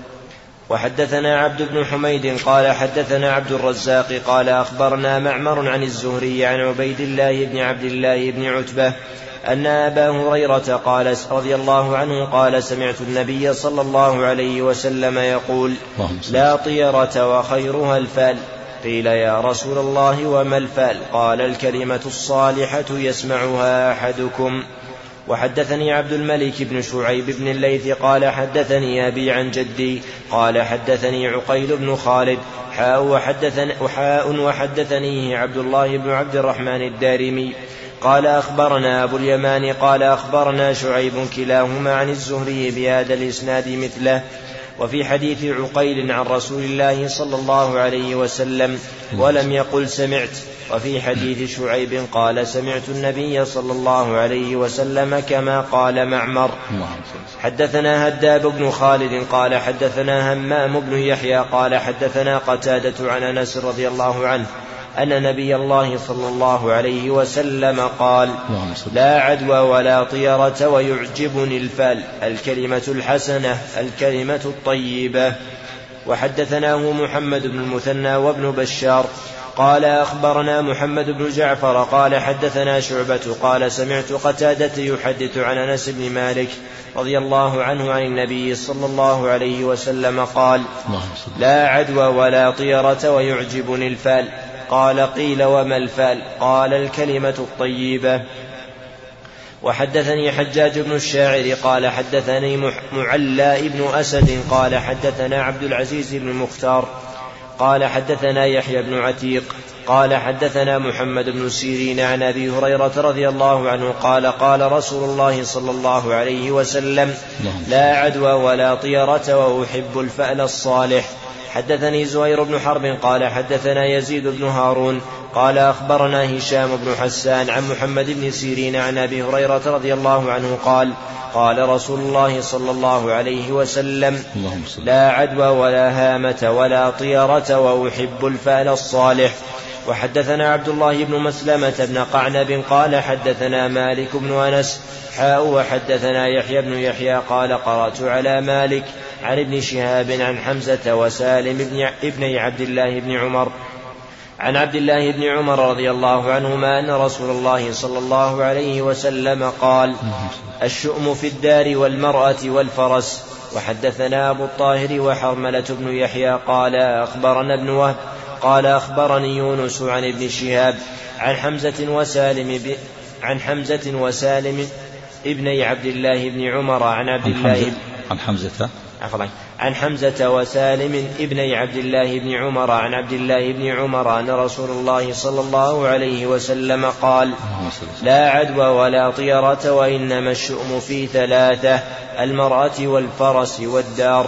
وحدثنا عبد بن حميد قال حدثنا عبد الرزاق قال أخبرنا معمر عن الزهري عن عبيد الله بن عبد الله بن عتبة أن أبا هريرة قال رضي الله عنه قال سمعت النبي صلى الله عليه وسلم يقول لا طيرة وخيرها الفال. قيل يا رسول الله وما الفال؟ قال الكلمة الصالحة يسمعها أحدكم. وحدثني عبد الملك بن شعيب بن الليث قال حدثني أبي عن جدي قال حدثني عقيل بن خالد حاء وحدثني, وحدثني عبد الله بن عبد الرحمن الدارمي قال أخبرنا أبو اليمان قال أخبرنا شعيب كلاهما عن الزهري بهذا الإسناد مثله. وفي حديث عقيل عن رسول الله صلى الله عليه وسلم ولم يقل سمعت. وفي حديث شعيب قال سمعت النبي صلى الله عليه وسلم كما قال معمر. حدثنا هداب بن خالد قال حدثنا همام بن يحيى قال حدثنا قتادة عن أنس رضي الله عنه أن نبي الله صلى الله عليه وسلم قال لا عدوى ولا طيرة ويعجبني الفال الكلمة الحسنة الكلمة الطيبة. وحدثناه محمد بن المثنى وابن بشار قال أخبرنا محمد بن جعفر قال حدثنا شعبة قال سمعت قتادة يحدث عن أنس بن مالك رضي الله عنه عن النبي صلى الله عليه وسلم قال لا عدوى ولا طيرة ويعجبني الفال. قال قيل وما الفال؟ قال الكلمة الطيبة. وحدثني حجاج بن الشاعر قال حدثني معلى بن أسد قال حدثنا عبد العزيز بن المختار قال حدثنا يحيى بن عتيق قال حدثنا محمد بن سيرين عن أبي هريرة رضي الله عنه قال قال رسول الله صلى الله عليه وسلم لا عدوى ولا طيرة وأحب الفأل الصالح. حدثني زهير بن حرب قال حدثنا يزيد بن هارون قال أخبرنا هشام بن حسان عن محمد بن سيرين عن أبي هريرة رضي الله عنه قال قال رسول الله صلى الله عليه وسلم لا عدوى ولا هامة ولا طيرة وأحب الفأل الصالح. وحدثنا عبد الله بن مسلمة بن قعنب قال حدثنا مالك بن أنس حاء وحدثنا يحيى بن يحيى قال قرأت على مالك عن ابن شهاب عن حمزة وسالم بن ابني عبد الله بن عمر عن عبد الله بن عمر رضي الله عنهما أن رسول الله صلى الله عليه وسلم قال الشؤم في الدار والمرأة والفرس. وحدثنا أبو الطاهر وحرملة بن يحيى قال أخبرنا ابن وهب قال أخبرني يونس عن ابن شهاب عن حمزة وسالم ب... عن حمزة وسالم ابني عبد الله بن عمر عن عبد الله عن حمزة عفوا عن حمزة وسالم ابني عبد الله بن عمر عن عبد الله بن عمر أن رسول الله صلى الله عليه وسلم قال لا عدوى ولا طيرة وإنما الشؤم في ثلاثة المرأة والفرس والدار.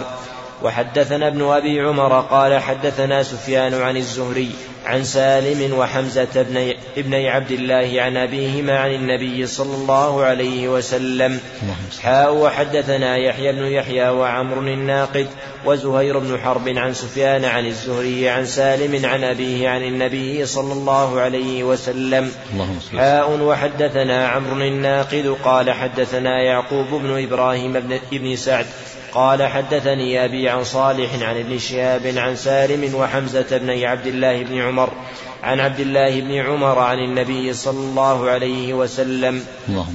وحدثنا ابن أبي عمر قال حدثنا سفيان عن الزهري عن سالم وحمزة ابني, ابني عبد الله عن أبيهما عن النبي صلى الله عليه وسلم حاء وحدثنا يحيى بن يحيى وعمر الناقد وزهير بن حرب عن سفيان عن الزهري عن سالم عن أبيه عن النبي صلى الله عليه وسلم حاء وحدثنا عمرو الناقد قال حدثنا يعقوب بن إبراهيم بن, ابن سعد قال حدثني أبي عن صالح عن ابن شهاب عن سالم وحمزة بن عبد الله بن عمر عن عبد الله بن عمر عن النبي صلى الله عليه وسلم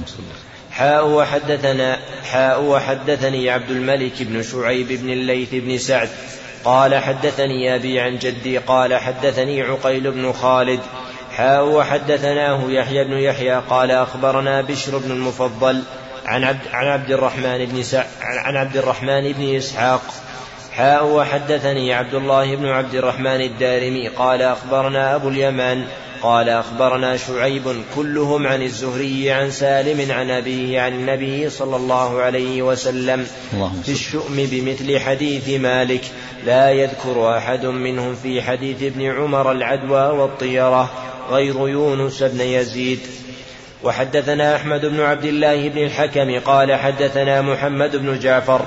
حاء وحدثنا حاء وحدثني عبد الملك بن شعيب بن الليث بن سعد قال حدثني أبي عن جدي قال حدثني عقيل بن خالد حاء وحدثناه يحيى بن يحيى قال أخبرنا بشر بن المفضل عن عبد, عن عبد الرحمن بن سع... عن عبد الرحمن بن إسحاق حاء وحدثني عبد الله بن عبد الرحمن الدارمي قال أخبرنا أبو اليمان قال أخبرنا شعيب كلهم عن الزهري عن سالم عن أبيه عن النبي صلى الله عليه وسلم في الشؤم بمثل حديث مالك لا يذكر أحد منهم في حديث ابن عمر العدوى والطيرة غير يونس بن يزيد. وحدثنا أحمد بن عبد الله بن الحكم قال حدثنا محمد بن جعفر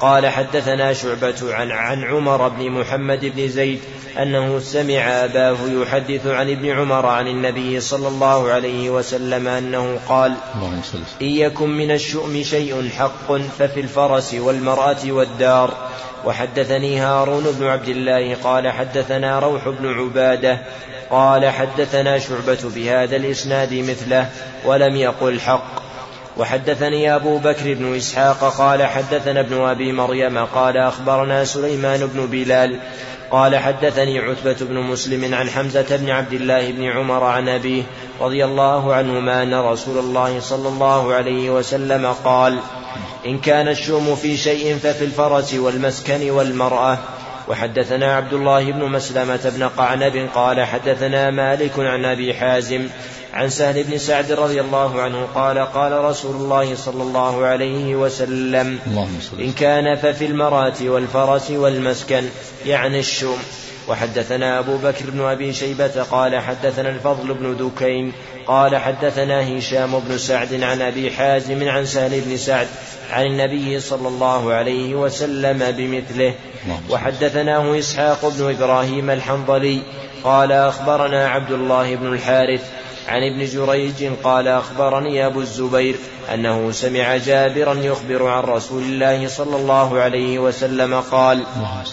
قال حدثنا شعبة عن, عن عمر بن محمد بن زيد أنه سمع أباه يحدث عن ابن عمر عن النبي صلى الله عليه وسلم أنه قال إن يكن من الشؤم شيء حق ففي الفرس والمرأة والدار. وحدثني هارون بن عبد الله قال حدثنا روح بن عبادة قال حدثنا شعبة بهذا الإسناد مثله ولم يقل حق. وحدثني أبو بكر بن إسحاق قال حدثنا ابن أبي مريم قال أخبرنا سليمان بن بلال قال حدثني عتبة بن مسلم عن حمزة بن عبد الله بن عمر عن أبيه رضي الله عنهما أن رسول الله صلى الله عليه وسلم قال إن كان الشؤم في شيء ففي الفرس والمسكن والمرأة. وحدثنا عبد الله بن مسلمة بن قعنب قال حدثنا مالك عن أبي حازم عن سهل بن سعد رضي الله عنه قال قال رسول الله صلى الله عليه وسلم إن كان ففي المرأة والفرس والمسكن يعني الشؤم. وحدثنا أبو بكر بن أبي شيبة قال حدثنا الفضل بن دكين قال حدثنا هشام بن سعد عن أبي حازم عن سهل بن سعد عن النبي صلى الله عليه وسلم بمثله. وحدثناه إسحاق بن إبراهيم الحنظلي قال أخبرنا عبد الله بن الحارث عن ابن جريج قال أخبرني أبو الزبير أنه سمع جابرا يخبر عن رسول الله صلى الله عليه وسلم قال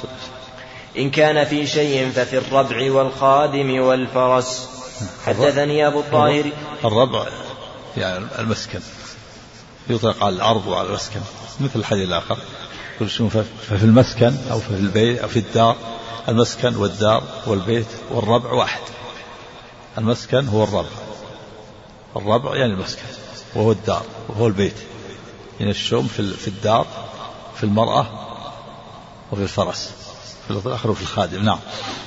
إن كان في شيء ففي الربع والخادم والفرس. حدثني أبو الطاهر الربع يعني المسكن يطلق على الأرض وعلى المسكن مثل الحديث الآخر ففي المسكن أو في البيت أو في الدار. المسكن والدار والبيت والربع واحد. المسكن هو الربع الربع يعني المسكن وهو الدار وهو البيت. يعني الشؤم في الدار في المرأة وفي الفرس في الآخر وفي الخادم. نعم.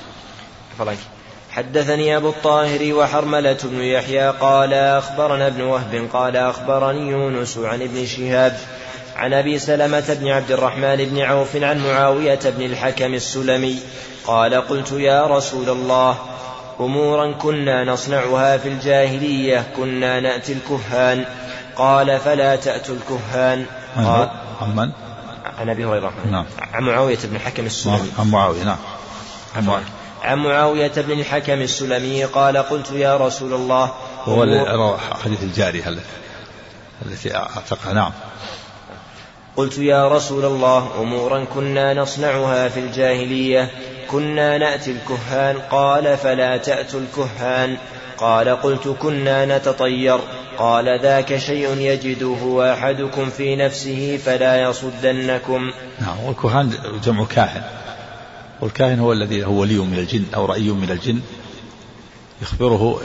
حدثني أبو الطاهر وحرملة بن يحيى قال أخبرنا ابن وهب قال أخبرني يونس عن ابن شهاب عن أبي سلمة بن عبد الرحمن بن عوف عن معاوية بن الحكم السلمي قال قلت يا رسول الله أمورا كنا نصنعها في الجاهلية كنا نأتي الكهان قال فلا تأتوا الكهان. قال عن من؟ عن أبي هريرة. نعم. عن معاوية بن الحكم السلمي. عن معاوية. نعم. عن معاوية. عن معاوية بن الحكم السلمي قال قلت يا رسول الله هو حديث الجارية التي أعتقها. نعم. قلت يا رسول الله أمورا كنا نصنعها في الجاهلية كنا نأتي الكهان قال فلا تأتوا الكهان. قال قلت كنا نتطير. قال ذاك شيء يجده أحدكم في نفسه فلا يصدنكم. نعم. والكهان جمع كاهن والكاهن هو الذي هو ولي من الجن أو رأي من الجن يخبره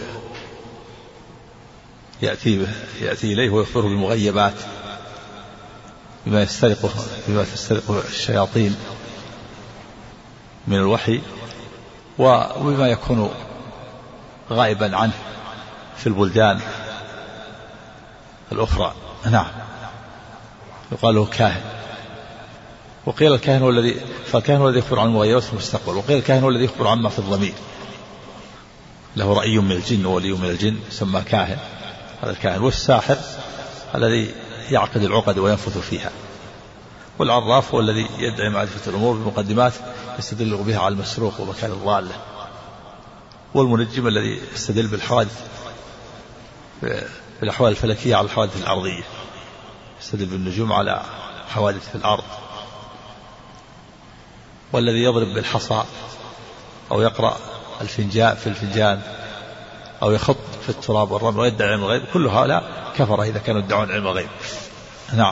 يأتي, يأتي إليه ويخبره بالمغيبات بما يسترقه بما تسترقه الشياطين من الوحي وبما يكون غائبا عنه في البلدان الأخرى. نعم. يقال له كاهن. وقيل الكاهن هو الذي فالكاهن هو الذي يخبر عن المغيبات في المستقبل. وقيل الكاهن هو الذي يخبر عما في الضمير له رأي من الجن وولي من الجن يسمى كاهن. هذا الكاهن. والساحر الذي يعقد العقد وينفث فيها. والعراف هو الذي يدعي معرفة الأمور بمقدمات يستدل بها على المسروق ومكان الضالة. والمنجم الذي يستدل بالحوادث بالأحوال الفلكية على الحوادث الأرضية يستدل بالنجوم على حوادث في الأرض. والذي يضرب بالحصى أو يقرأ الفنجان في الفنجان أو يخط في التراب والرمل ويدعي علم الغيب كل هؤلاء كفر إذا كانوا يدعون علم الغيب. نعم.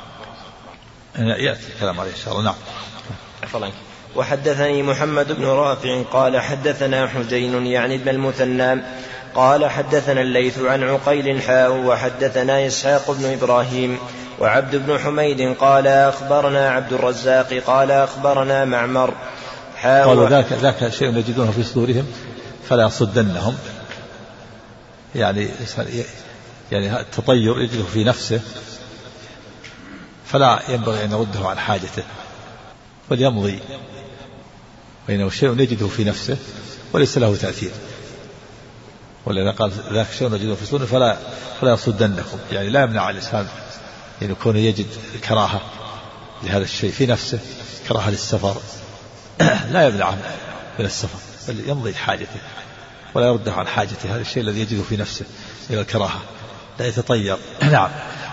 يأتي الكلام عليه إن شاء الله. نعم. وحدثني محمد بن رافع قال حدثنا حجين يعني ابن المثنى قال حدثنا الليث عن عقيل حاء وحدثنا إسحاق بن إبراهيم وعبد بن حميد قال أخبرنا عبد الرزاق قال أخبرنا معمر حاء. قالوا ذاك ذاك شيء يجدونه في صدورهم فلا يصدنهم. يعني يعني التطير يجده في نفسه فلا ينبغي أن يرده عن حاجته وليمضي بينه شيء يجده في نفسه وليس له تأثير. ولذا قال ذاك شيء يجده في صدوره فلا فلا يصدنكم. يعني لا يمنع الإنسان أن يكون يجد كراهة لهذا الشيء في نفسه كراهة للسفر لا يمنعه من السفر بل يمضي حاجته ولا يرده عن حاجته، هذا الشيء الذي يجده في نفسه إلى الكراهة لا يتطير. نعم.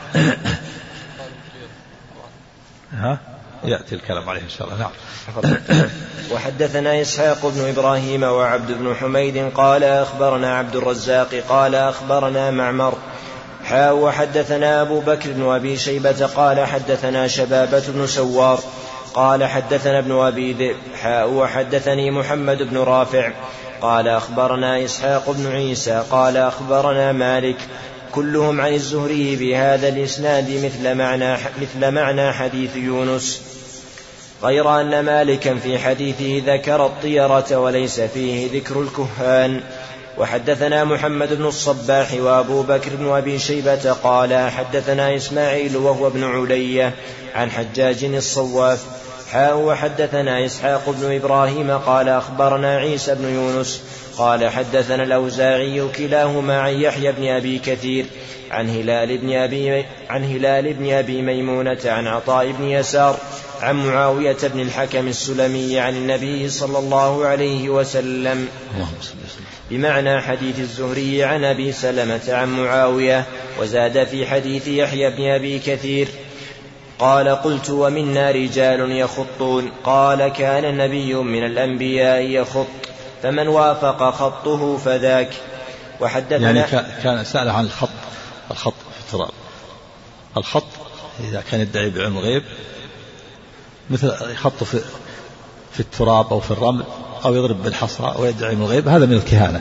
ها يأتي الكلام عليه إن شاء الله. نعم. وحدثنا إسحاق بن إبراهيم وعبد بن حميد قال أخبرنا عبد الرزاق قال أخبرنا معمر حاء وحدثنا أبو بكر بن أبي شيبة قال حدثنا شبابة بن سوار قال حدثنا ابن أبي ذئب حاء وحدثني محمد بن رافع قال أخبرنا إسحاق بن عيسى قال أخبرنا مالك كلهم عن الزهري بهذا الإسناد مثل معنى, مثل معنى حديث يونس، غير أن مالكا في حديثه ذكر الطيرة وليس فيه ذكر الكهان. وحدثنا محمد بن الصباح وأبو بكر بن أبي شيبة قال حدثنا إسماعيل وهو ابن علية عن حجاج الصواف حاء وحدثنا إسحاق بن إبراهيم قال أخبرنا عيسى بن يونس قال حدثنا الأوزاعي كلاهما عن يحيى بن أبي كثير عن هلال بن أبي, عن هلال بن أبي ميمونة عن عطاء بن يسار عن معاوية بن الحكم السلمي عن النبي صلى الله عليه وسلم بمعنى حديث الزهري عن أبي سلمة عن معاوية، وزاد في حديث يحيى بن أبي كثير قال قلت ومنا رجال يخطون قال كان النبي من الأنبياء يخط فمن وافق خطه فذاك. وحدثنا يعني كان سأل عن الخط الخط في التراب، الخط إذا كان يدعي بعلم الغيب مثل يخط في, في التراب أو في الرمل أو يضرب بالحصى ويدعي علم الغيب، هذا من الكهانة.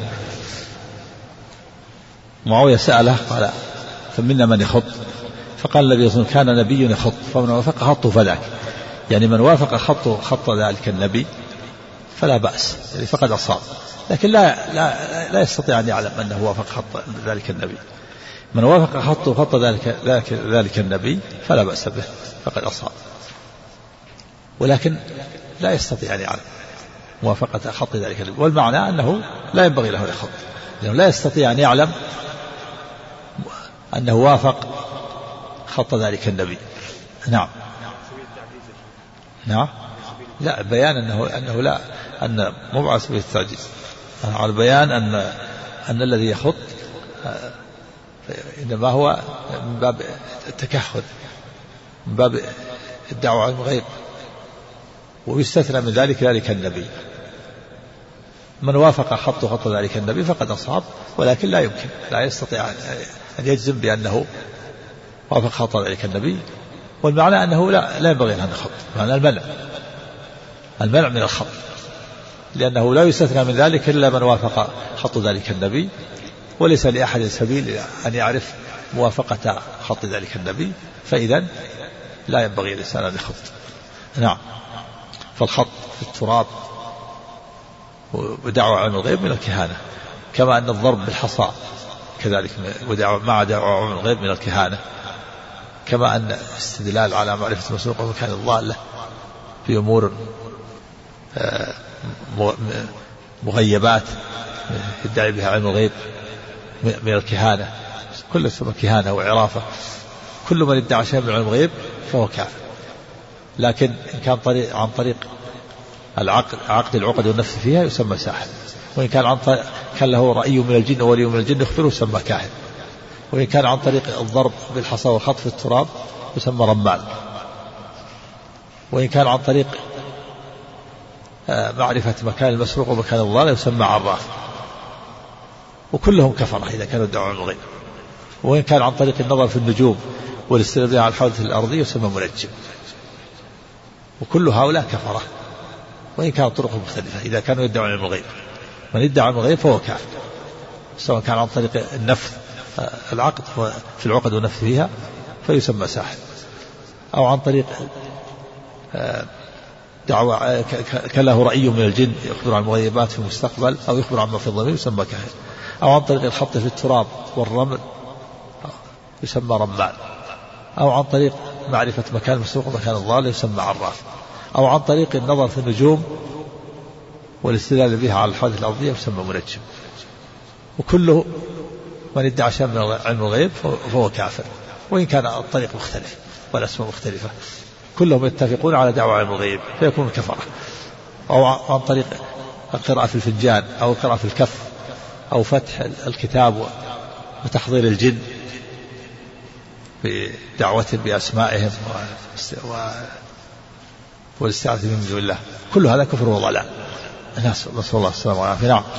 معاوية سأله قال فمنا من يخط، فقال النبي صلى الله عليه وسلم كان نبي يخط فمن وافق خطه فذاك، يعني من وافق خطه خط ذلك النبي فلا بأس، يعني فقد أصاب، لكن لا, لا, لا يستطيع أن يعلم أنه وافق خط ذلك النبي. من وافق خطه خط ذلك, ذلك, ذلك النبي فلا بأس به فقد أصاب، ولكن لا يستطيع أن يعلم موافقة خط ذلك النبي، والمعنى أنه لا ينبغي له الخط، لأنه لا يستطيع أن يعلم أنه وافق خط ذلك النبي. نعم. نعم. لا بيان أنه, أنه لا أن مبعث بالتعجيز، على بيان أن أن الذي يخط إنما هو من باب التكهن، من باب الدعوة عن الغيب، ويستثنى من ذلك ذلك النبي. من وافق خط خط ذلك النبي فقد أصاب، ولكن لا يمكن لا يستطيع أن يجزم بأنه وافق خط ذلك النبي، والمعنى أنه لا, لا ينبغي أن يخط، معنى المنع المنع من الخط، لأنه لا يستثنى من ذلك إلا من وافق خط ذلك النبي، وليس لأحد سبيل أن يعرف موافقة خط ذلك النبي، فإذا لا ينبغي الإنسان أن يخط. نعم. فالخط في التراب ودعوة عن الغيب من الكهانة، كما أن الضرب بالحصى كذلك مع دعوة عن الغيب من الكهانة، كما أن استدلال على معرفة المسروق ومكان الضالة في أمور مغيبات يدعي بها علم الغيب من الكهانة، كل اسمه كهانة وعرافة. كل من ادعى شيئا من علم الغيب فهو كافر، لكن إن كان طريق عن طريق العقد عقد العقد والنفس فيها يسمى ساحر، وإن كان عن طريق كان له رأي من الجن وولي من الجن يخبره يسمى كاهن، وإن كان عن طريق الضرب بالحصى والخط في التراب يسمى رمال، وإن كان عن طريق معرفة مكان المسروق ومكان الضالة يسمى عراف، وكلهم كفرة إذا كانوا يدعون الغيب. وإن كان عن طريق النظر في النجوم والاستدلال على الحوادث الأرضية يسمى منجم، وكل هؤلاء كفرة، وإن كانت طرق مختلفة إذا كانوا يدعون علم الغيب. من يدعي علم الغيب فهو كافر، سواء كان عن طريق النفذ العقد في العقد والنفذ فيها فيسمى ساحر، أو عن طريق دعوة كان له رأي من الجن يخبر عن المغيبات في المستقبل أو يخبر عما في الضمير يسمى كاهن، أو عن طريق الخط في التراب والرمل يسمى رمال، أو عن طريق معرفة مكان المسروق ومكان الضال يسمى عراف، أو عن طريق النظر في النجوم والاستدلال بها على الحوادث الأرضية يسمى منجم. وكله من ادعى شيئا من علم الغيب فهو كافر، وإن كان الطريق مختلف والأسماء مختلفة. كلهم يتفقون على دعوة علم الغيب فيكون كفرة، أو عن طريق القراءة في الفنجان أو القراءة في الكف أو فتح الكتاب وتحضير الجن بدعوة بأسمائهم والاستعاذة من دون الله، كل هذا كفر وضلال. نسأل الله السلامة والعافية. نعم.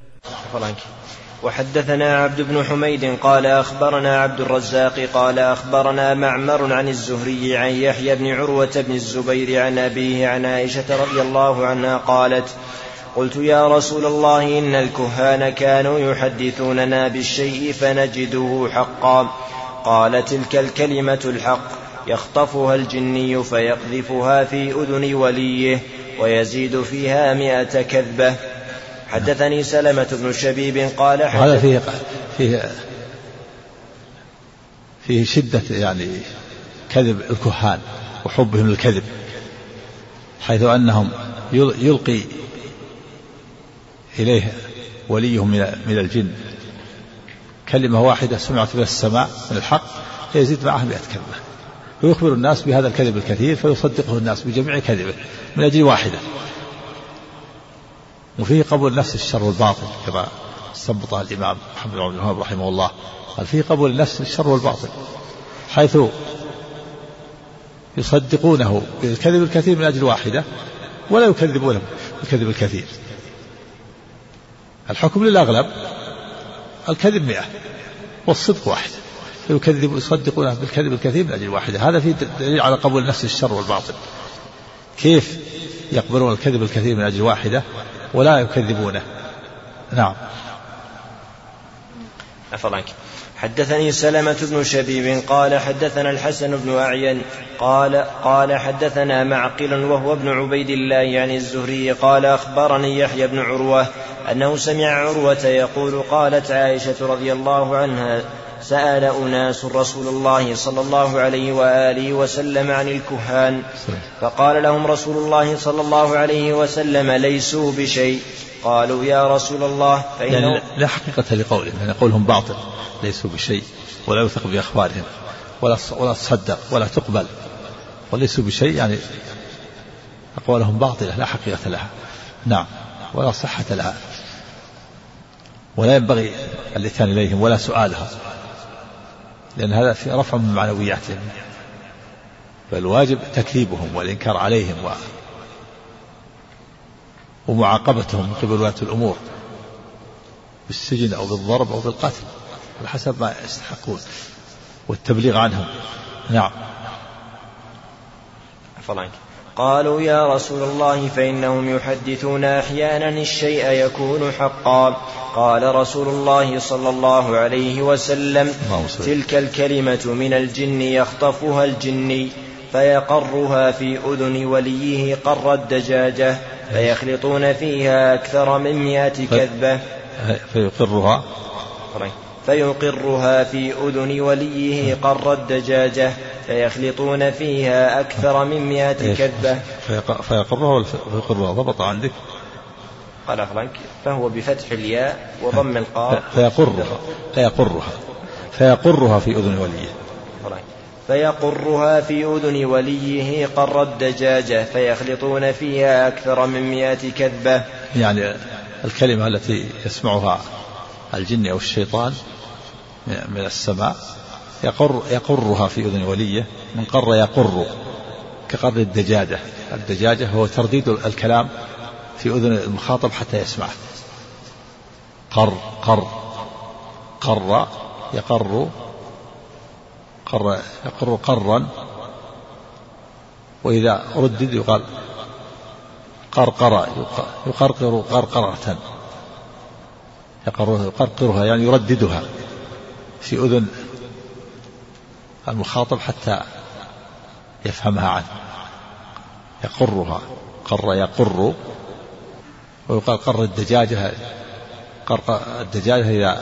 وحدثنا عبد بن حميد قال أخبرنا عبد الرزاق قال أخبرنا معمر عن الزهري عن يحيى بن عروة بن الزبير عن أبيه عن عائشة رضي الله عنها قالت قلت يا رسول الله إن الكهان كانوا يحدثوننا بالشيء فنجده حقا، قال تلك الكلمة الحق يخطفها الجني فيقذفها في أذن وليه ويزيد فيها مئة كذبة. حدثني سلمة بن شبيب قال هذا فيه, فيه, فيه شدة يعني كذب الكهان وحبهم للكذب، حيث أنهم يلقي إليه وليهم من الجن كلمة واحدة سمعت من السماء من الحق فيزيد معها مئة كذبة، ويخبر الناس بهذا الكذب الكثير فيصدقه الناس بجميع كذبه من أجل واحدة. وفيه قبول نفس الشر والباطل كما استنبطه الإمام محمد بن عبد الوهاب رحمه الله، قال فيه قبول نفس الشر والباطل حيث يصدقونه بالكذب الكثير من أجل واحدة ولا يكذبونه بالكذب الكثير. الحكم للأغلب الكذب مئة والصدق واحد، فيكذب يصدقونه بالكذب الكثير من أجل واحدة. هذا فيه دليل على قبول نفس الشر والباطل. كيف يقبلون الكذب الكثير من أجل واحدة ولا يكذبونه؟ نعم. أفضلك. حدثني سلمة بن شبيب قال حدثنا الحسن بن أعين قال قال حدثنا معقل وهو ابن عبيد الله عن الزهري قال أخبرني يحيى بن عروة أنه سمع عروة يقول قالت عائشة رضي الله عنها سأل أناس رسول الله صلى الله عليه وآله وسلم عن الكهان فقال لهم رسول الله صلى الله عليه وسلم ليسوا بشيء، قالوا يا رسول الله فإنه يعني لا حقيقة لقولهم، يعني قولهم باطل ليسوا بشيء ولا يثق بأخبارهم ولا ولا تصدق ولا تقبل، وليسوا بشيء يعني أقوالهم باطلة لا حقيقة لها. نعم. ولا صحة لها ولا ينبغي الاتيان إليهم ولا سؤالها، لأن هذا في رفع من معنوياتهم، فالواجب تكذيبهم والإنكار عليهم و... ومعاقبتهم من قبل ولاة الأمور بالسجن أو بالضرب أو بالقتل على حسب ما يستحقون والتبليغ عنهم. نعم. فلانك. قالوا يا رسول الله فإنهم يحدثون أحيانا الشيء يكون حقا، قال رسول الله صلى الله عليه وسلم تلك الكلمة من الجن يخطفها الجني فيقرها في أذن وليه قر الدجاجة فيخلطون فيها أكثر من مئة كذبة فيقرها فيقرها في أذن وليه قر الدجاجة فيخلطون فيها أكثر من مئة كذبة. فيقرها ولا فيقرها؟ ضبط عندك؟ قال فرانك فهو بفتح الياء وضم القاف. فيقرها فيقرها فيقرها في أذن وليه فيقرها في أذن وليه قر الدجاجة فيخلطون فيها أكثر من مئة كذبة. يعني الكلمة التي يسمعها الجن أو الشيطان من السماء يقر يقرها في أذن وليه من قر يقر كقر الدجاجة. الدجاجة هو ترديد الكلام في أذن المخاطب حتى يسمعه. قر قر قر يقر قر يقر قرا، وإذا ردد يقال قرقر يقرقر قرقرة يقرقرها يعني يرددها في أذن المخاطب حتى يفهمها عنه. يقرها قر يقر. ويقال قر الدجاجة قر الدجاجة إذا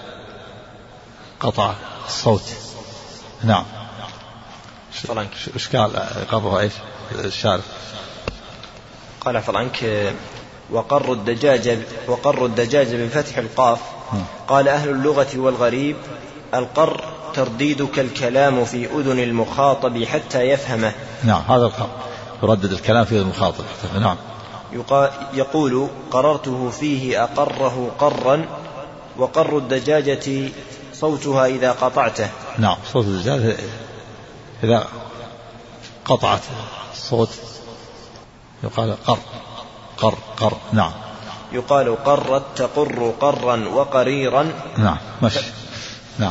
قطع الصوت. نعم. إيش قال قرها إيش الشارع؟ قال فرانك وقر الدجاجة وقر الدجاجة بفتح القاف. قال أهل اللغة والغريب القر ترديدك الكلام في أذن المخاطب حتى يفهمه. نعم هذا يردد الكلام في أذن المخاطب. نعم. يقول قررته فيه أقره قرا، وقر الدجاجة صوتها إذا قطعته. نعم صوت الدجاجة إذا قطعت الصوت يقال قر قر قر. نعم. يقال قرت تقر قرا وقريرا. نعم مش. نعم.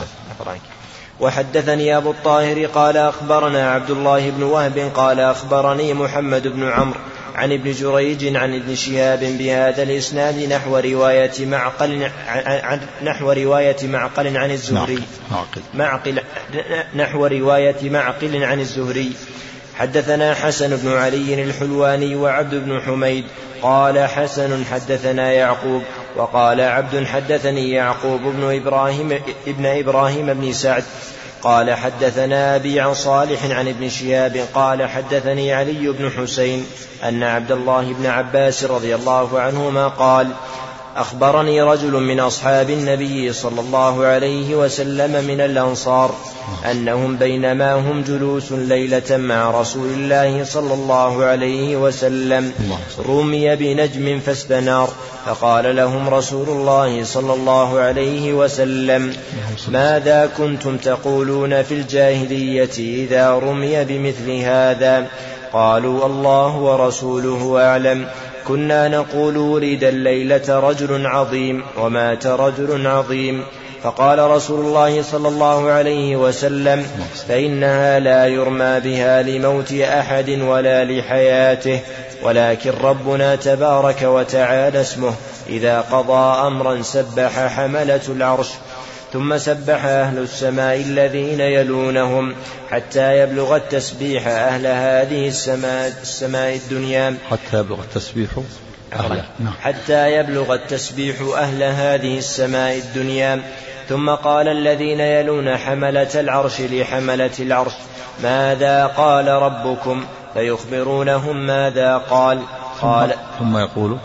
وحدثني أبو الطاهر قال أخبرنا عبد الله بن وهب قال أخبرني محمد بن عمرو عن ابن جريج عن ابن شهاب بهذا الإسناد نحو رواية معقل عن نحو رواية معقل عن الزهري. معقل. معقل نحو رواية معقل عن الزهري. حدثنا حسن بن علي الحلواني وعبد بن حميد قال حسن حدثنا يعقوب وقال عبد حدثني يعقوب بن إبراهيم ابن إبراهيم بن سعد قال حدثنا أبي عن صالح عن ابن شهاب قال حدثني علي بن حسين أن عبد الله بن عباس رضي الله عنهما قال أخبرني رجل من أصحاب النبي صلى الله عليه وسلم من الأنصار أنهم بينما هم جلوس ليلة مع رسول الله صلى الله عليه وسلم رمي بنجم فاستنار، فقال لهم رسول الله صلى الله عليه وسلم ماذا كنتم تقولون في الجاهلية إذا رمي بمثل هذا؟ قالوا الله ورسوله أعلم. كنا نقول ولد الليلة رجل عظيم ومات رجل عظيم. فقال رسول الله صلى الله عليه وسلم فإنها لا يرمى بها لموت أحد ولا لحياته، ولكن ربنا تبارك وتعالى اسمه إذا قضى أمرا سبح حملة العرش، ثم سبح أهل السماء الذين يلونهم حتى يبلغ التسبيح أهل هذه السماء, السماء الدنيا حتى يبلغ التسبيح أهل حتى يبلغ التسبيح أهل هذه السماء الدنيا. ثم قال الذين يلون حملة العرش لحملة العرش ماذا قال ربكم؟ فيخبرونهم ماذا قال. قال ثم يقول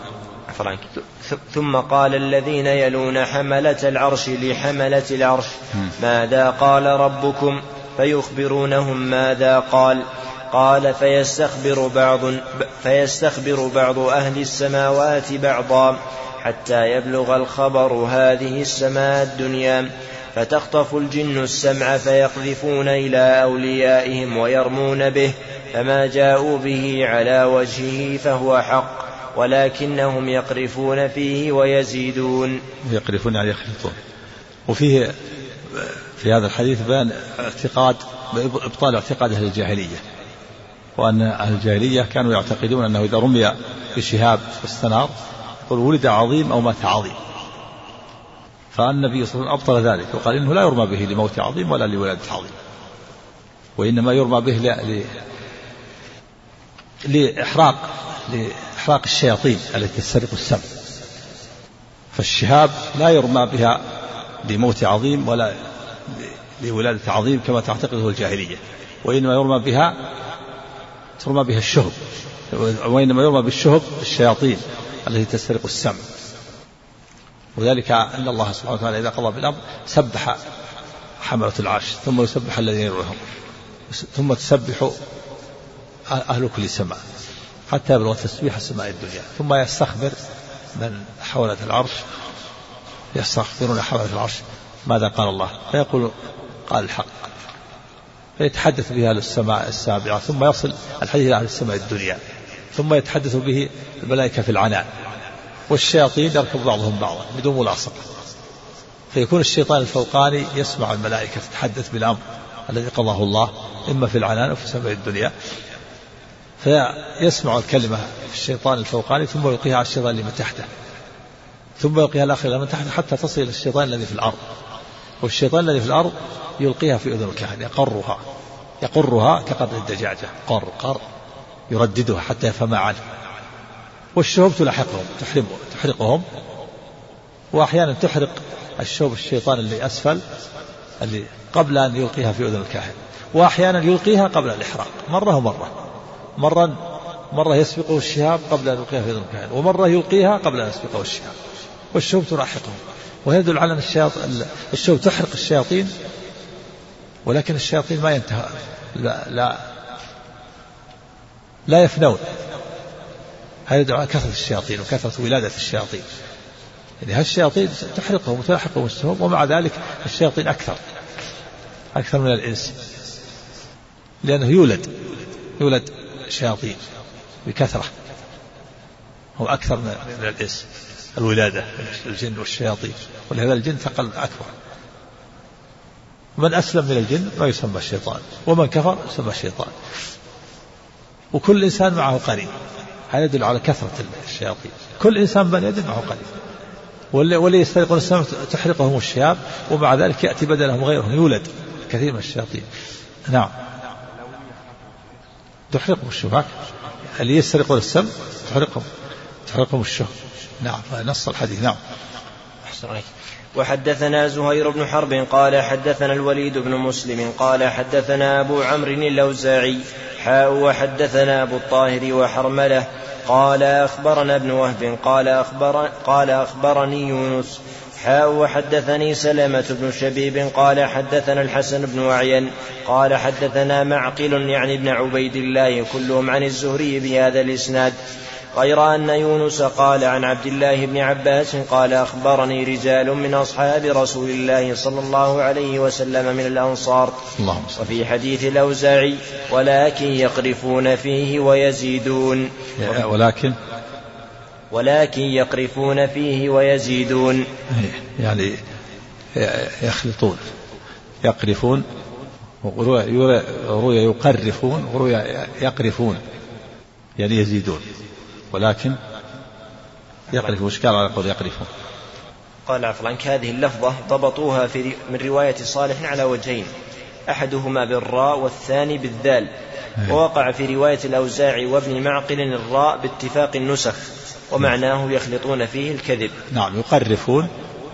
ثم قال الذين يلون حملة العرش لحملة العرش ماذا قال ربكم؟ فيخبرونهم ماذا قال. قال فيستخبر بعض, فيستخبر بعض أهل السماوات بعضا حتى يبلغ الخبر هذه السماء الدنيا، فتخطف الجن السمع فيقذفون إلى أوليائهم ويرمون به، فما جاءوا به على وجهه فهو حق، ولكنهم يقرفون فيه ويزيدون. يقرفون يعني يخلطون. وفيه في هذا الحديث بيان اعتقاد ابطال اعتقاد أهل الجاهلية، وأن أهل الجاهلية كانوا يعتقدون أنه إذا رمي بشهاب واستنار يقول ولد عظيم أو مات عظيم، فالنبي صلى الله عليه وسلم أبطل ذلك وقال إنه لا يرمى به لموت عظيم ولا لولادة عظيم، وإنما يرمى به ل... لإحراق لإحراق الشياطين التي تسترق السمع. فالشهاب لا يرمى بها لموت عظيم ولا لولادة عظيم كما تعتقده الجاهلية، وإنما يرمى بها ترمى بها الشهب، وإنما يرمى بالشهب الشياطين التي تسترق السمع. وذلك أن الله سبحانه وتعالى إذا قضى بالأمر سبح حملة العرش ثم يسبح الذين يرونهم ثم تسبح أهل كل سماء حتى يبلغ تسبيح السماء الدنيا، ثم يستخبر من حولة العرش يستخبرون حولة العرش ماذا قال الله، فيقول قال الحق، فيتحدث بها للسماء السابعة، ثم يصل الحديث عن السماء الدنيا، ثم يتحدث به الملائكة في العنان، والشياطين يركب بعضهم بعضا بدون ملاصقة، فيكون الشيطان الفوقاني يسمع الملائكة تتحدث بالأمر الذي قضاه الله إما في العنان أو في السماء الدنيا، فيسمع الكلمة في الشيطان الفوقاني ثم يلقيها على الشيطان اللي من تحته، ثم يلقيها الآخر اللي من تحته حتى تصل إلى الشيطان الذي في الأرض، والشيطان الذي في الأرض يلقيها في أذن الكاهن يقرها يقرها كقدر الدجاجة قر قر يرددها حتى يفهم عنه، والشهب تلاحقهم تحرقهم، وأحيانا تحرق الشهب الشيطان اللي أسفل اللي قبل أن يلقيها في أذن الكاهن، وأحيانا يلقيها قبل الإحراق مرة ومرة، مرة مرة يسبقه الشهاب قبل أن يلقيها في أذن الكاهن، ومرة يلقيها قبل أن يسبقه الشهاب، والشهب تلاحقهم، ويدل على أن الشهب تحرق الشياطين ولكن الشياطين ما ينتهى لا لا, لا يفنون. هذا يدعو على كثرة الشياطين وكثرة ولادة الشياطين. يعني هالشياطين تحرقهم وتلحقهم السهوم، ومع ذلك الشياطين أكثر أكثر من الإنس، لأنه يولد يولد شياطين بكثرة، هو أكثر من الإنس الولادة الجن والشياطين، ولهذا الجن ثقل أكبر. من أسلم من الجن ما يسمى الشيطان، ومن كفر يسمى الشيطان. وكل إنسان معه قرين، هذا يدل على كثرة الشياطين. كل إنسان بني آدم معه قرين، واللي يستيقظون السماء تحرقهم الشهاب، ومع ذلك يأتي بدلهم غيرهم، يولد كثير من الشياطين. نعم تحرقهم الشهاب، اللي يستيقظون السماء تحرقهم تحرقهم الشهاب. نعم نص الحديث. نعم. وحدثنا زهير بن حرب قال حدثنا الوليد بن مسلم قال حدثنا أبو عمرو اللوزاعي حاء وحدثنا أبو الطاهر وحرملة قال أخبرنا ابن وهب قال, أخبر قال أخبرني يونس حاء وحدثني سلمة بن شبيب قال حدثنا الحسن بن أعين قال حدثنا معقل يعني ابن عبيد الله كلهم عن الزهري بهذا الإسناد، غير أن يونس قال عن عبد الله بن عباس قال أخبرني رجال من أصحاب رسول الله صلى الله عليه وسلم من الأنصار. وفي حديث الأوزاعي ولكن يقرفون فيه ويزيدون ولكن ولكن يقرفون فيه ويزيدون يعني يخلطون يقرفون، وروي يقرفون وروي يقرفون يعني يزيدون، ولكن يقرفون. وش قال على قول يقرفون؟ قال عفوا عنك هذه اللفظة ضبطوها في من رواية صالح على وجهين، أحدهما بالراء والثاني بالذال، ووقع في رواية الأوزاعي وابن معقل الراء باتفاق النسخ، ومعناه يخلطون فيه الكذب. نعم يقرفون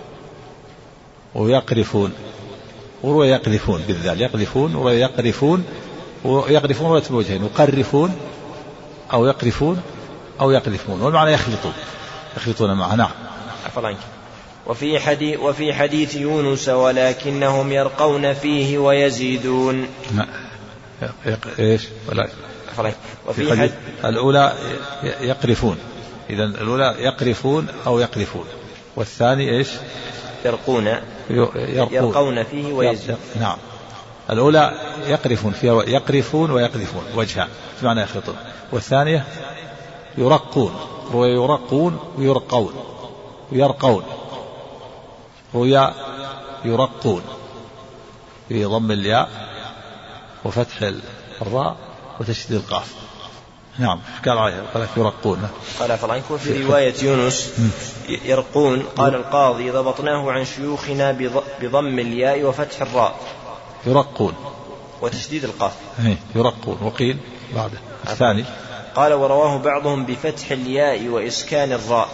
ويقرفون، وروي يقذفون بالذال، يقذفون وروي يقرفون، ويقرفون روية بوجهين، يقرفون أو يقرفون أو يقذفون، والمعنى يخلطون يخلطون معه. نعم. وفي حديث, وفي حديث يونس ولكنهم يرقون فيه ويزيدون. إيش ولا وفي حديث الأولى يقرفون، إذا الأولى يقرفون أو يقذفون، والثاني إيش يرقون يرقون فيه ويزيدون. نعم الأولى يقرفون فيها يقرفون ويقذفون وجهان بمعنى يخلطون، والثانية يرقون ويرقون ويرقون ويرقون ويا يرقون بضم الياء وفتح الراء وتشديد القاف. نعم قال عليه قال يرقون. قال فلانكم في رواية يونس يرقون قال القاضي ضبطناه عن شيوخنا بضم الياء وفتح الراء يرقون وتشديد القاف. يرقون. وقيل بعده الثاني قال ورواه بعضهم بفتح الياء وإسكان الراء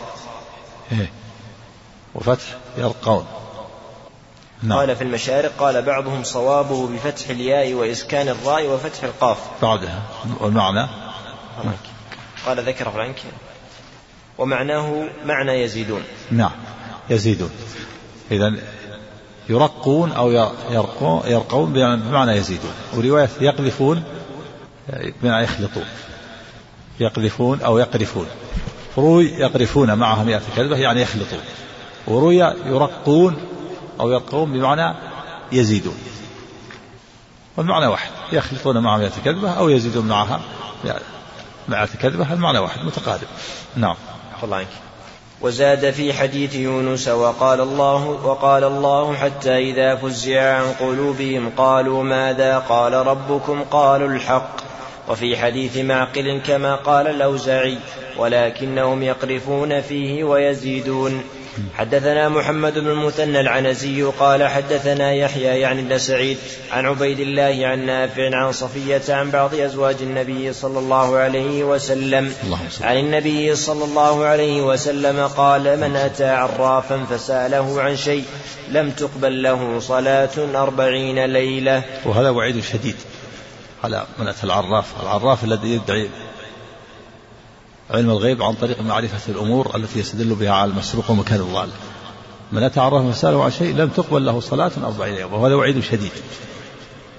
وفتح يرقون. نعم. قال في المشارق قال بعضهم صوابه بفتح الياء وإسكان الراء وفتح القاف بعدها، والمعنى قال ذكر فرانك ومعناه معنى يزيدون. نعم يزيدون، إذن يرقون أو يرقون, يرقون بمعنى يزيدون، ورواية يقذفون بمعنى يخلطون، يقذفون أو يقرفون، روي يقرفون معها مئة كذبة يعني يخلطون، وروي يرقون أو يرقون بمعنى يزيدون، والمعنى واحد، يخلطون معها مئة كذبة أو يزيدون معها مئة كذبة، المعنى واحد متقارب. نعم. وزاد في حديث يونس وقال الله وقال الله حتى إذا فزع عن قلوبهم قالوا ماذا قال ربكم قالوا الحق. وفي حديث معقل كما قال الأوزاعي ولكنهم يقرفون فيه ويزيدون. حدثنا محمد بن المثنى العنزي قال حدثنا يحيى يعني بن سعيد عن عبيد الله عن نافع عن صفية عن بعض أزواج النبي صلى الله عليه وسلم عن النبي صلى الله عليه وسلم قال من أتى عرافا فسأله عن شيء لم تقبل له صلاة أربعين ليلة. وهذا وعيد شديد على من أتى العراف، العراف الذي يدعي علم الغيب عن طريق معرفة الأمور التي يستدل بها على المسروق ومكان الضال. من أتى عرافا فسأله عن شيء لم تقبل له صلاة أربعين يوما، وهذا وعيد شديد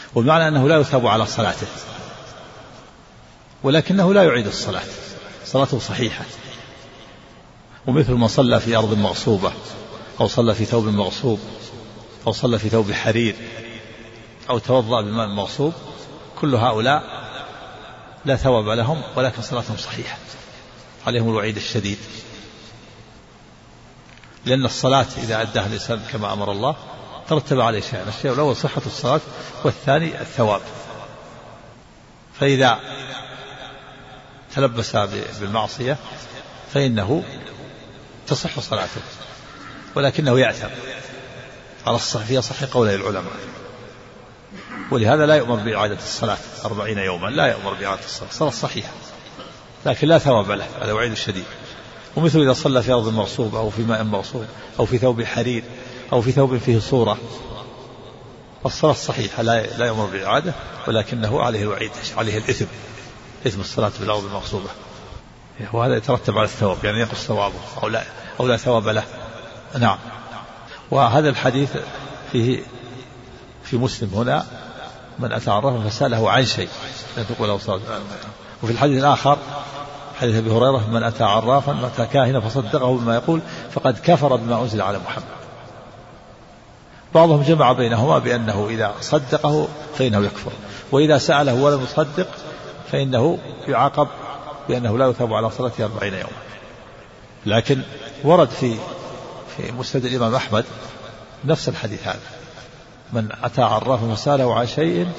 والمعنى أنه لا يثاب على صلاته، ولكنه لا يعيد الصلاة، صلاته صحيحة. ومثل من صلى في أرض مغصوبة، أو صلى في ثوب مغصوب، أو صلى في ثوب حرير، أو توضأ بماء مغصوب، كل هؤلاء لا ثواب لهم، ولكن صلاتهم صحيحة، عليهم الوعيد الشديد. لأن الصلاة إذا أداها الإنسان كما أمر الله ترتب عليه شيئا، الشيء الأول صحة الصلاة، والثاني الثواب. فإذا تلبس بالمعصية فإنه تصح صلاته، ولكنه يأثم على الصحيح في صحيح قولي العلماء. ولهذا لا يؤمر بإعادة الصلاة أربعين يوما، لا يؤمر بإعادة الصلاة، الصلاة صحيحة لكن لا ثواب له، هذا وعيد الشديد. ومثل إذا صلى في أرض مغصوب، أو في ماء مغصوب، أو في ثوب حرير، أو في ثوب فيه صورة، الصلاة صحيحة لا لا يؤمر بإعادة، ولكنه عليه الوعيد، عليه الإثم، إثم الصلاة في الأرض المغصوبة، وهذا يترتب على الثواب، يعني ينقص ثوابه أو لا أو لا ثواب له. نعم. وهذا الحديث فيه في مسلم هنا من أتى عرافا فسأله عن شيء لا تقول له صلاة. وفي الحديث الآخر حديث أبي هريرة من أتى عرافا أتى كاهنا فصدقه بما يقول فقد كفر بما أنزل على محمد. بعضهم جمع بينهما بأنه إذا صدقه فإنه يكفر، وإذا سأله ولم يصدق فإنه يعاقب بأنه لا يثاب على صلاته أربعين يوما. لكن ورد في في مسند الإمام أحمد نفس الحديث هذا، من أتى عرافا فسأله عن شيء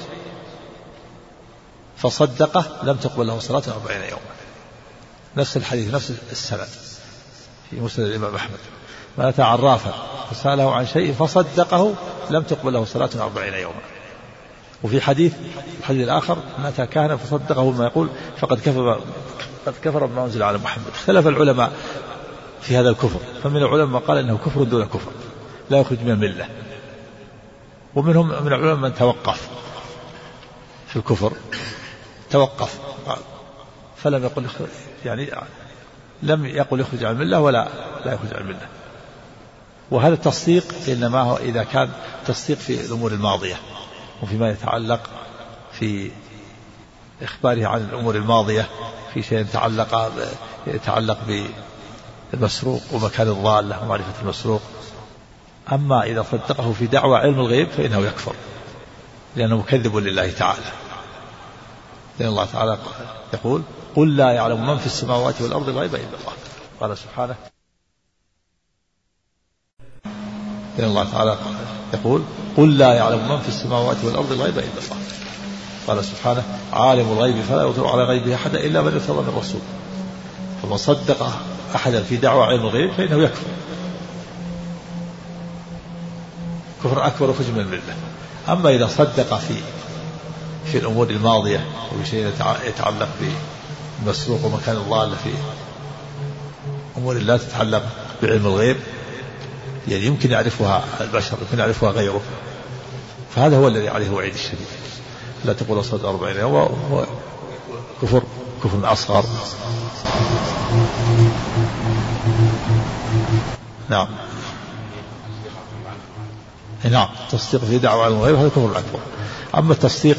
فصدقه لم تقبل له صلاة أربعين يوما، نفس الحديث نفس السند في مسند الإمام أحمد، من أتى عرافا فسأله عن شيء فصدقه لم تقبل له صلاة أربعين يوما. وفي حديث الحديث الآخر من أتى كاهنا فصدقه بما يقول فقد كفر قد كفر بما أنزل على محمد. اختلف العلماء في هذا الكفر، فمن العلماء قال إنه كفر دون كفر لا يخرج من الملة، ومنهم من العلماء من توقف في الكفر، توقف فلم يقل يعني لم يقل يخرج عن الملة ولا لا يخرج عن الملة. وهذا التصديق إنما هو إذا كان تصديق في الأمور الماضية، وفيما يتعلق في إخباره عن الأمور الماضية في شيء يتعلق يتعلق بالمسروق ومكان الضالة ومعرفة المسروق. أما إذا صدقه في دعوى علم الغيب فإنه يكفر، لأنه مكذب لله تعالى، لأن الله تعالى يقول قل لا يعلم من في السماوات والأرض الغيب إلا الله. قال سبحانه لأن الله تعالى يقول قل لا يعلم من في السماوات والأرض الغيب إلا الله. قال سبحانه عالم الغيب فلا يظهر على غيبه أحدا إلا من ارتضى من رسول. فمن صدق أحدا في دعوى علم الغيب فإنه يكفر كفر أكبر وخرج من الملة. أما إذا صدق في في الأمور الماضية وبشيء يتعلق بالمسروق ومكان الضالة في أمور لا تتعلق بعلم الغيب، يعني يمكن يعرفها البشر يمكن يعرفها غيره، فهذا هو الذي عليه الوعيد الشديد. لا تقول صلاة أربعين يوم، هو كفر كفر أصغر. نعم نعم تصديق في دعوة علم الغيب هذا كفر أكبر. أما التصديق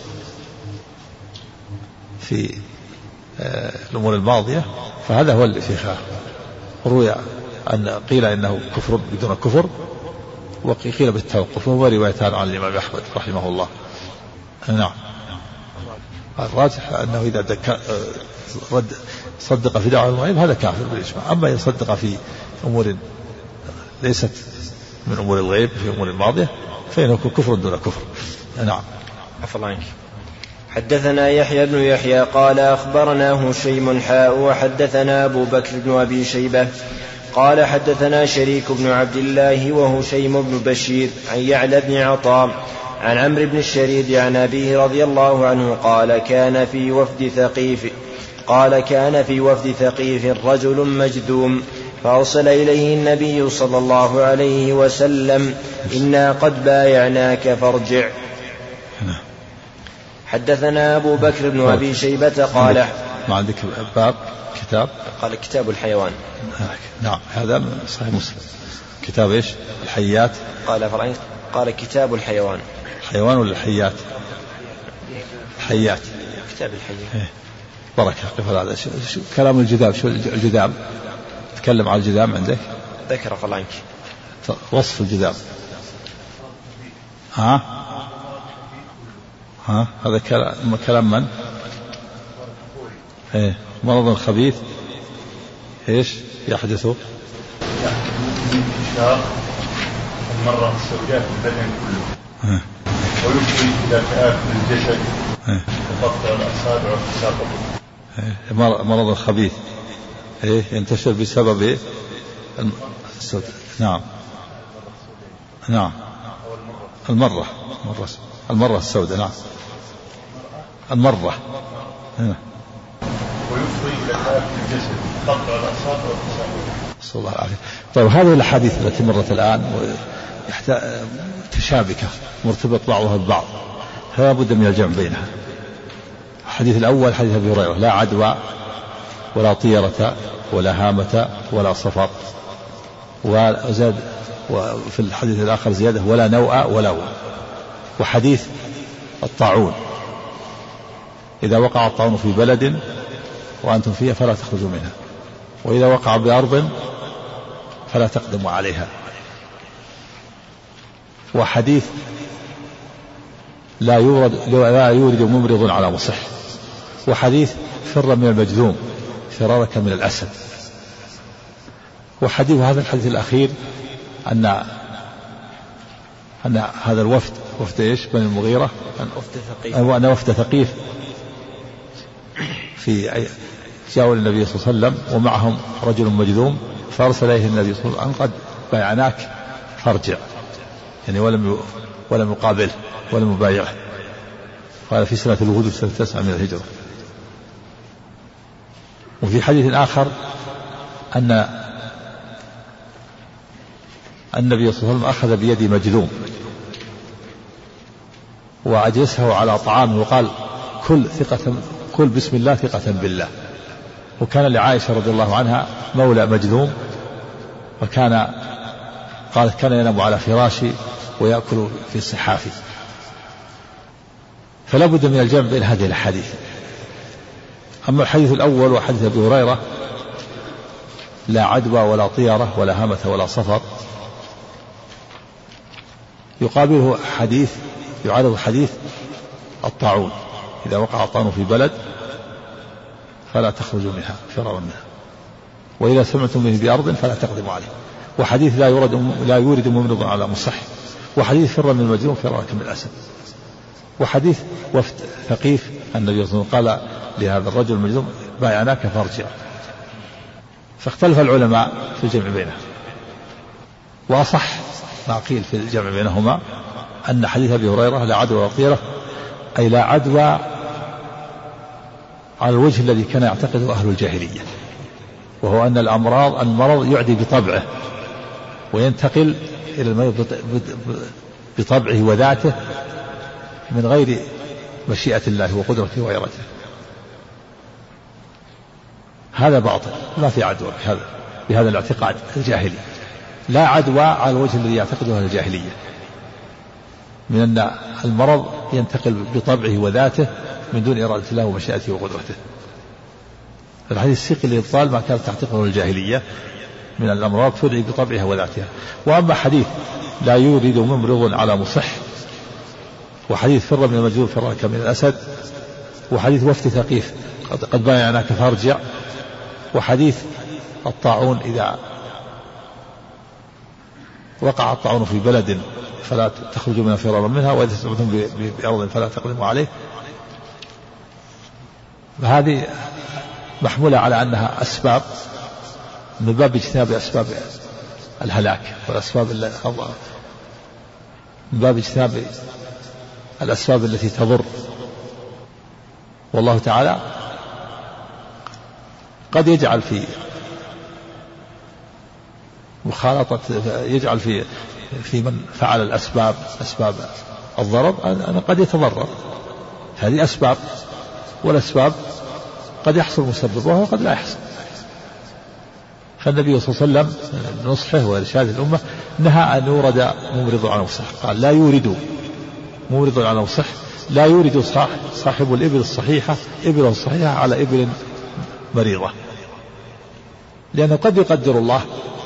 في الأمور الماضية فهذا هو اللي فيه خلاف. روي أن قيل إنه كفر بدون كفر، وقيل بالتوقف، وهو روايتان عن الإمام أحمد رحمه الله. نعم الراجح أنه إذا دك رد صدق في دعوة الغيب هذا كافر بالإجماع. أما إن صدق في أمور ليست من أمور الغيب في أمور الماضية فإنه كفر دون كفر. نعم. عفى الله عنك. حدثنا يحيى بن يحيى قال أخبرنا هشيم حاء وحدثنا أبو بكر بن أبي شيبة قال حدثنا شريك بن عبد الله وهشيم بن بشير عن يعلى بن عطاء عن عمرو بن الشريد عن أبيه رضي الله عنه قال كان في وفد ثقيف قال كان في وفد ثقيف رجل مجذوم فأرسل إليه النبي صلى الله عليه وسلم إنا قد بايعناك فارجع. حدثنا أبو بكر بن أبي شيبة قال ما عندك باب كتاب قال كتاب الحيوان. نعم هذا صحيح مسلم. كتاب إيش الحيات؟ قال فرأيت قال كتاب الحيوان. حيوان ولا الحيات؟ حيات. كتاب الحيوان. بركة. قفل هذا. كلام الجذام، شو الجذام؟ تكلم على الجذام عندك؟ ذكر الله عنك. وصف الجذام. ها ها هذا كلام من؟ ايه مرض خبيث ايش يحدث؟ يحدث انتشار المرة السوداء في البدن كله ويفضي الى تآكل الجسد وقطع الاصابع والتساقط. مرض خبيث ايه ينتشر بسبب ايه؟ السوداء. نعم نعم المرة المرة المرة السوداء. نعم المرة. ويفضي إلى تآكل الجسد قطع الأعصاب والتساقط. صلى الله عليه. طيب هذه الأحاديث التي مرت الآن متشابكة مرتبط بعضها ببعض، فلا بد من الجمع بينها. الحديث الأول حديث أبي هريرة: لا عدوى ولا طيرة ولا هامة ولا صفر. وزاد وفي الحديث الآخر زيادة: ولا نوء ولا وء. وحديث الطاعون: إذا وقع الطاعون في بلد وأنتم فيها فلا تخرجوا منها، وإذا وقع بأرض فلا تقدموا عليها. وحديث لا يورد لا يورد ممرض على مصح. وحديث فر من المجذوم فرارك من الأسد. وحديث هذا الحديث الأخير أن أن هذا الوفد وفد إيش بني المغيرة أن وفد ثقيف في جاءوا النبي صلى الله عليه وسلم ومعهم رجل مجذوم، فأرسل إليه النبي صلى الله عليه وسلم: قد بايعناك فارجع، يعني ولم ولم يقابله ولم يبايعه. قال في سنة الوهود سنة تسعة من الهجرة. وفي حديث آخر أن النبي صلى الله عليه وسلم أخذ بيد مجذوم وأجلسه على طعامه وقال: كل ثقة كل بسم الله ثقة بالله. وكان لعائشة رضي الله عنها مولى مجذوم، وكان قالت: كان ينام على فراشي ويأكل في صحافي. فلا بد من الجمع بين هذه الحديث. أما الحديث الأول وحديث أبي هريرة: لا عدوى ولا طيرة ولا هامة ولا صفر، يقابله حديث يعارض حديث الطاعون: إذا وقع الطاعون في بلد فلا تخرجوا منها فرارا منها، وإذا سمعتم به بأرض فلا تقدموا عليه. وحديث لا يورد لا يورد ممرض على مصح. وحديث فر من المجذوم فرارك من الأسد. وحديث وفد ثقيف النبي صلى الله عليه وسلم قال لهذا الرجل المجذوم: بايعناك فارجع. فاختلف العلماء في الجمع بينها، وأصح ما قيل في الجمع بينهما أن حديث أبي هريرة: لا عدوى ولا طيرة، أي لا عدوى على الوجه الذي كان يعتقده أهل الجاهلية، وهو أن الأمراض المرض يعدي بطبعه وينتقل إلى المرض بطبعه وذاته من غير مشيئة الله وقدرته وإرادته. هذا باطل، ما في عدوى بهذا بهذا الاعتقاد الجاهلي. لا عدوى على الوجه الذي يعتقده أهل الجاهلية من أن المرض ينتقل بطبعه وذاته من دون إرادة الله ومشيئته وقدرته. الحديث سيق الإبطال ما كانت تعتقده الجاهلية من الأمراض تدعي بطبعها وذاتها. وأما حديث لا يورد ممرض على مصح، وحديث فر من المجذوم فرارك من الأسد، وحديث وفد ثقيف قد بايعناك فارجع، وحديث الطاعون: إذا وقع الطاعون في بلد فلا تخرجوا منها فرارا منها، وإذا سمعتم بأرض فلا تقدموا عليه. فهذه محمولة على أنها أسباب من باب اجتناب أسباب الهلاك والأسباب من باب اجتناب الأسباب التي تضر. والله تعالى قد يجعل في مخالطة يجعل في في من فعل الأسباب أسباب الضرر أن قد يتضرر. هذه أسباب، والأسباب قد يحصل مسببها وقد لا يحصل. فالنبي صلى الله عليه وسلم نصحه وإرشاد الأمة نهى أن يورد ممرض على مصح، قال لا يورد ممرض على مصح، لا يورد صاحب الإبل الصحيحة إبله الصحيحة على إبل مريضة، لأنه قد يقدر الله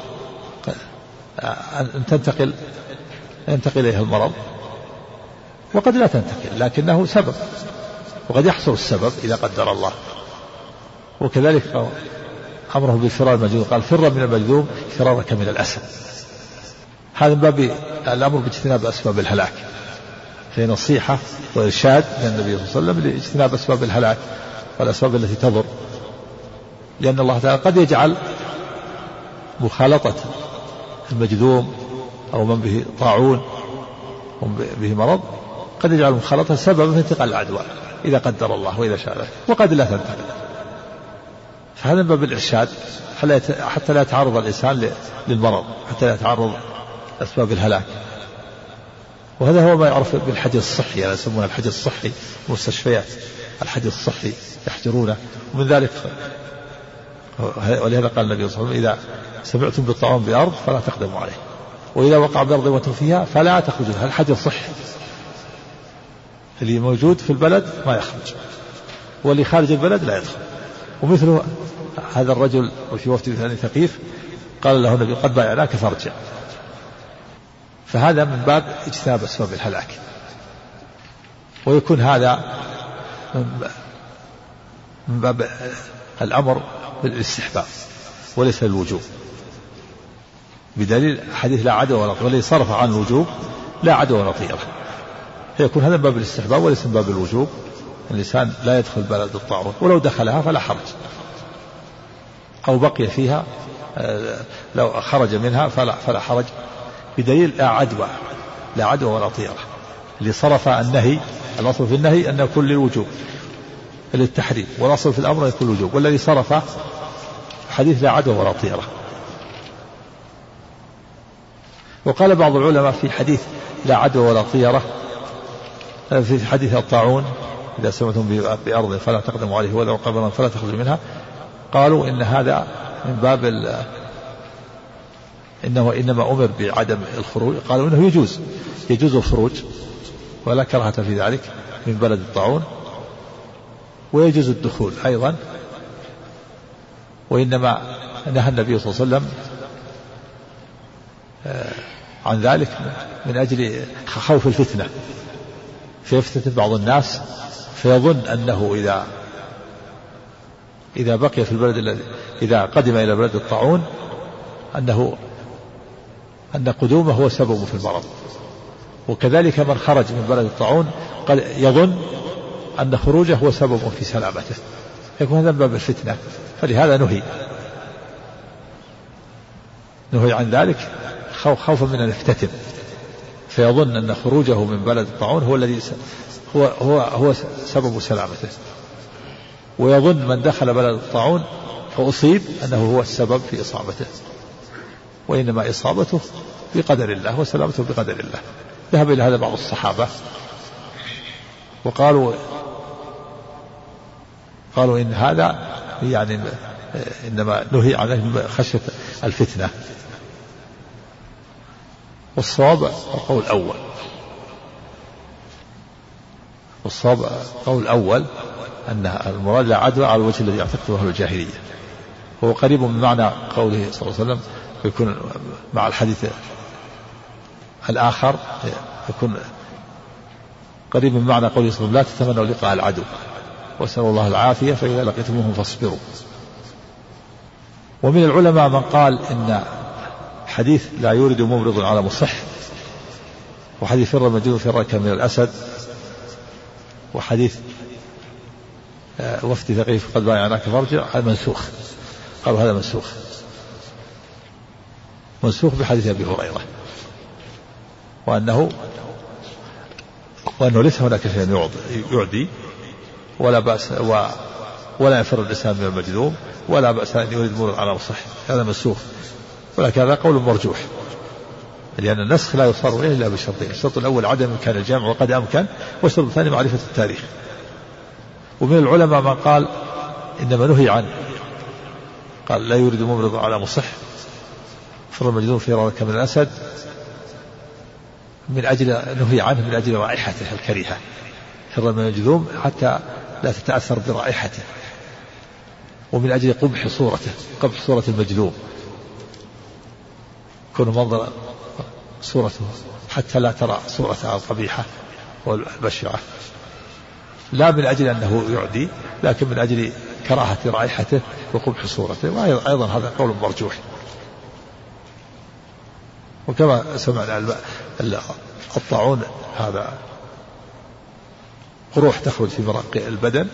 أن تنتقل ينتقل إليها المرض وقد لا تنتقل، لكنه سبب وقد يحصل السبب إذا قدر الله. وكذلك أمره بالفرار المجذوم، قال فر من المجذوم فرارك من الأسد. هذا من باب الأمر باجتناب أسباب الهلاك، في نصيحة وإرشاد من النبي صلى الله عليه وسلم لاجتناب أسباب الهلاك والأسباب التي تضر، لأن الله تعالى قد يجعل مخالطة المجذوم أو من به طاعون ومن به مرض قد يجعل مخالطة سببا في انتقال العدوى إذا قدر الله وإذا شاء، وقد لا تنتقل. فهذا من باب الإرشاد حتى لا يتعرض الإنسان للمرض، حتى لا يتعرض أسباب الهلاك. وهذا هو ما يعرف بالحجر الصحي، يعني يسمونه الحجر الصحي، مستشفيات الحجر الصحي يحجرونه. ومن ذلك ولهذا قال النبي صلى الله عليه وسلم إذا سمعتم بالطاعون بأرض فلا تقدموا عليه، وإذا وقع بأرض وأنتم فيها فلا تخرجوا. هذا الحجر الصحي اللي موجود في البلد ما يخرج، واللي خارج البلد لا يدخل. ومثل هذا الرجل وفي وفد بني ثقيف قال له النبي قد بايعناك فارجع. فهذا من باب اجتناب أسباب الهلاك، ويكون هذا من باب الأمر بالاستحباب وليس الوجوب، بدليل حديث لا عدوى ولا طيرة، والذي صرف عن الوجوب لا عدوى ولا طيرة، فيكون هذا من باب الاستحباب وليس من باب الوجوب. الإنسان لا يدخل بلد الطاعون، ولو دخلها فلا حرج، أو بقي فيها لو خرج منها فلا, فلا حرج، بدليل لا عدوى لا عدوى ولا طيرة. اللي صرف النهي، الأصل في النهي أن يكون للوجوب للتحريم، والأصل في الأمر يكون الوجوب، والذي صرف حديث لا عدوى ولا طيرة. وقال بعض العلماء في حديث لا عدوى ولا طيرة في حديث الطاعون إذا سمعتم بأرض فلا تقدموا عليه ولو قبلا فلا تخرجوا منها، قالوا إن هذا من باب إنه إنما أمر بعدم الخروج، قالوا إنه يجوز يجوز الخروج ولا كراهة في ذلك من بلد الطاعون، ويجوز الدخول أيضا، وإنما نهى النبي صلى الله عليه وسلم عن ذلك من أجل خوف الفتنة، فيفتتن بعض الناس فيظن أنه إذا إذا بقي في البلد الذي إذا قدم إلى بلد الطاعون أنه أن قدومه هو سبب في المرض، وكذلك من خرج من بلد الطاعون قد يظن أن خروجه هو سبب في سلامته، يكون هذا من باب الفتنة. فلهذا نهي نهي عن ذلك خوفا من أن يفتتن، فيظن أن خروجه من بلد الطاعون هو الذي هو هو هو سبب سلامته، ويظن من دخل بلد الطاعون فأصيب أنه هو السبب في إصابته، وإنما إصابته بقدر الله وسلامته بقدر الله. ذهب إلى هذا بعض الصحابة وقالوا قالوا إن هذا يعني إنما نهي عنه خشية الفتنة. والصواب القول الأول، والصواب القول الأول أن المراد لا عدوى على الوجه الذي يعتقده أهل الجاهلية، هو قريب من معنى قوله صلى الله عليه وسلم، يكون مع الحديث الآخر يكون قريب من معنى قوله صلى الله عليه وسلم لا تتمنوا لقاء العدو واسألوا الله العافية فإذا لقيتموهم فاصبروا. ومن العلماء من قال إن حديث لا يورد ممرض على مصح، وحديث فر المجذوم فرك من الأسد، وحديث وفد ثقيف قد بايعناك فارجع، هذا منسوخ. قالوا هذا منسوخ منسوخ بحديث أبي هريرة، وأنه وأنه ليس هناك شيء يعدي ولا بأس و ولا يفر الإنسان من المجذوم ولا بأس أن يورد ممرض على مصح، هذا منسوخ. ولكن هذا قول مرجوح، لأن النسخ لا يصار إليه إلا بشرطين: الشرط الأول عدم إمكان الجمع وقد أمكن، والشرط الثاني معرفة التاريخ. ومن العلماء من قال إنما نهي عن قال لا يريد ممرض على مصح فر المجذوم في رارك من الأسد من أجل نهي عنه من أجل رائحته الكريهة. فر من المجذوم حتى لا تتأثر برائحته، ومن أجل قبح صورته، قبح صورة المجذوم، كون منظر صورته حتى لا ترى صورتها القبيحة والبشعة، لا من أجل أنه يعدي لكن من أجل كراهة رائحته وقبح صورته. وأيضا هذا قول مرجوح. وكما سمعنا الطاعون هذا قروح تخرج في مراقي البدن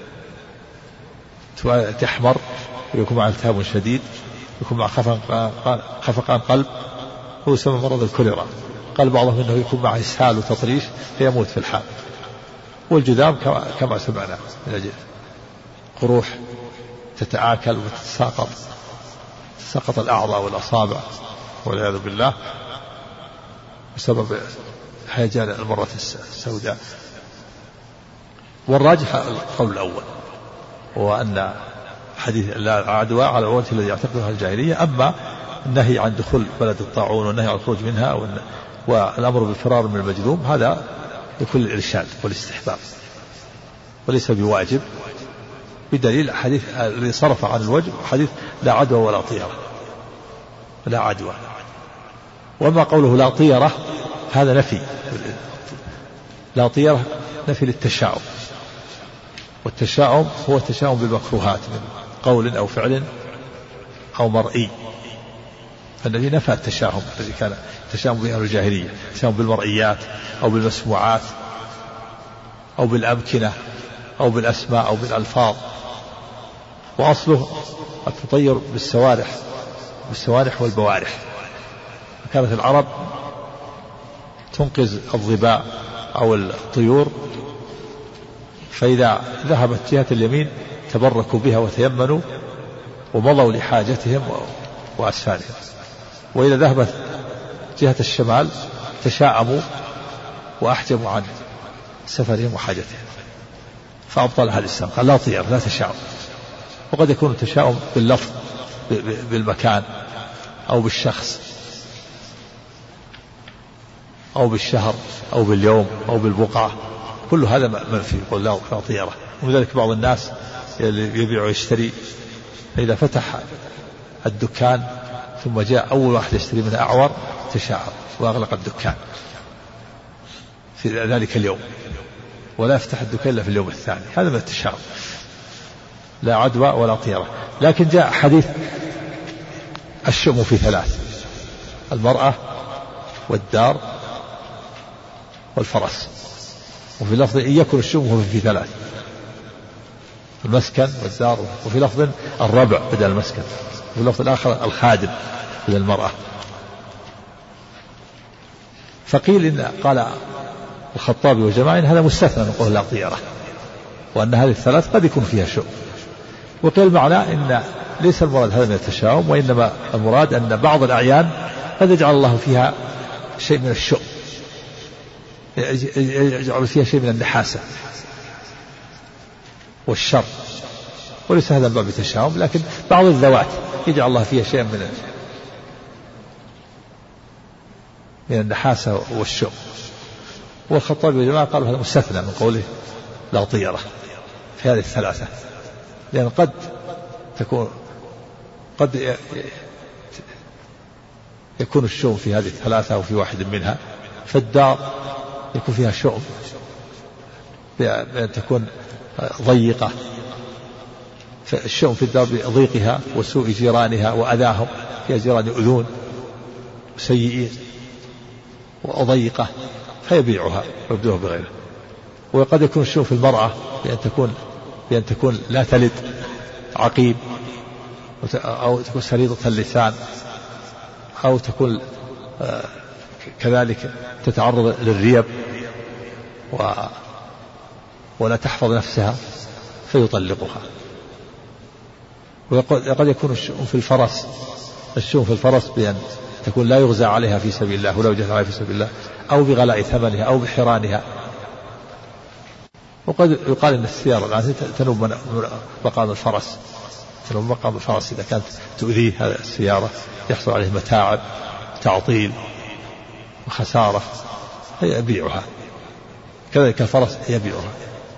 تحمر ويكون مع التهاب شديد، يكون مع خفقان قلب، هو يسمى مرض الكوليرا. قال بعضهم انه يكون معه اسهال وتطريش فيموت في الحال. والجذام كما, كما سمعنا من أجل قروح تتآكل وتتساقط، تساقط الأعضاء والأصابع والعياذ بالله بسبب هيجان المرة السوداء. والراجح القول الأول هو أن حديث لا عدوى على الوجه الذي يعتقدها الجاهلية. أما النهي عن دخول بلد الطاعون والنهي عن الخروج منها والأمر بالفرار من المجذوم هذا لكل الإرشاد والاستحباب وليس بواجب، بدليل حديث الذي صرف عن الوجه حديث لا عدوى ولا طيرة، لا عدوى. وما قوله لا طيرة هذا نفي، لا طيرة نفي للتشاؤم، والتشاؤم هو التشاؤم بالمكروهات من قول أو فعل أو مرئي. فالنبي نفى التشاؤم الذي كان التشاؤم به الجاهلية، التشاؤم بالمرئيات أو بالمسموعات أو بالأمكنة أو بالأسماء أو بالألفاظ. وأصله التطير بالسوارح، بالسوارح والبوارح. كانت العرب تنقذ الظباء أو الطيور، فإذا ذهبت جهة اليمين تبركوا بها وتيمنوا ومضوا لحاجتهم وأسفارهم، وإذا ذهبت جهة الشمال تشاءموا وأحجموا عن سفرهم وحاجتهم، فأبطلها الإسلام. قال لا طير لا تشاؤم. وقد يكون التشاؤم باللفظ بالمكان أو بالشخص أو بالشهر أو باليوم أو بالبقعة، كل هذا منفي. يقول لا طيرة. ولذلك بعض الناس يبيع ويشتري، فإذا فتح الدكان ثم جاء أول واحد يشتري منه أعور تشاءم وأغلق الدكان في ذلك اليوم، ولا يفتح الدكان إلا في اليوم الثاني. هذا من التشاؤم، لا عدوى ولا طيرة. لكن جاء حديث الشؤم في ثلاث: المرأة والدار والفرس. وفي لفظ إن يكن الشؤم في ثلاث: المسكن والدار. وفي لفظ الربع بدل المسكن. وفي اللفظ الآخر الخادم بدل المرأة. فقيل إن قال الخطابي وجماعة إن هذا مستثنى من قول لا طيرة، وأن هذه الثلاث قد يكون فيها شؤم. وقيل معناه إن ليس المراد هذا من التشاؤم، وإنما المراد أن بعض الأعيان قد يجعل الله فيها شيء من الشؤم، يجعل فيها شيء من النحاسة والشر، وليس هذا باب التشاؤم، لكن بعض الذوات يجعل الله فيها شيء من من النحاسة والشؤم. والخطابي والجماعة قالوا هذا مستثنى من قوله لا طيرة في هذه الثلاثة، لأن قد تكون قد يكون الشؤم في هذه الثلاثة أو في واحد منها. فالدار يكون فيها شؤم بأن تكون ضيقة، فالشؤم في الدار بضيقها وسوء جيرانها وأذاهم، فيها جيران يؤذون سيئين وضيقة فيبيعها ويبدوها بغيره. وقد يكون الشؤم في المرأة بأن تكون بأن تكون لا تلد، عقيم، أو تكون سليطة اللسان، أو تكون كذلك تتعرض للريب و ولا تحفظ نفسها فيطلقها. وقد يكون الشؤم في الفرس، الشؤم في الفرس بأن تكون لا يغزى عليها في سبيل الله ولا يجهز عليها في سبيل الله، أو بغلاء ثمنها أو بحرانها. وقد يقال أن السيارة الآن تنوب مقام الفرس، مثل مقام الفرس إذا كانت تؤذيه هذه السيارة يحصل عليه متاعب تعطيل وخسارة يبيعها، كذلك الفرس يبيعها.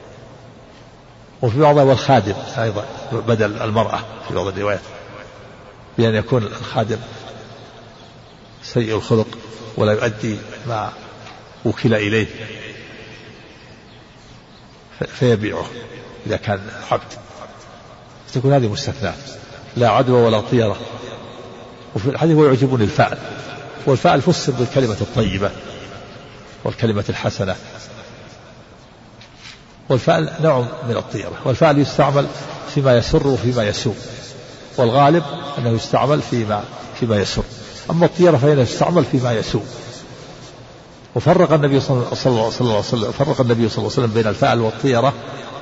وفي بعضها والخادم أيضا بدل المرأة في بعض الروايات، بأن يكون الخادم سيء الخلق ولا يؤدي ما وكل إليه فيبيعه إذا كان عبد، تكون هذه مستثناة، لا عدوى ولا طيرة. وفي الحديث ويعجبني الفعل، والفعل فسر بالكلمة الطيبة والكلمة الحسنة، والفعل نوع من الطيرة، والفعل يستعمل فيما يسر وفيما يسوء، والغالب أنه يستعمل فيما فيما يسر، أما الطيرة فإنه يستعمل فيما يسوء. وفرق النبي صلى الله عليه وسلم فرق النبي صلى الله عليه وسلم بين الفعل والطيرة،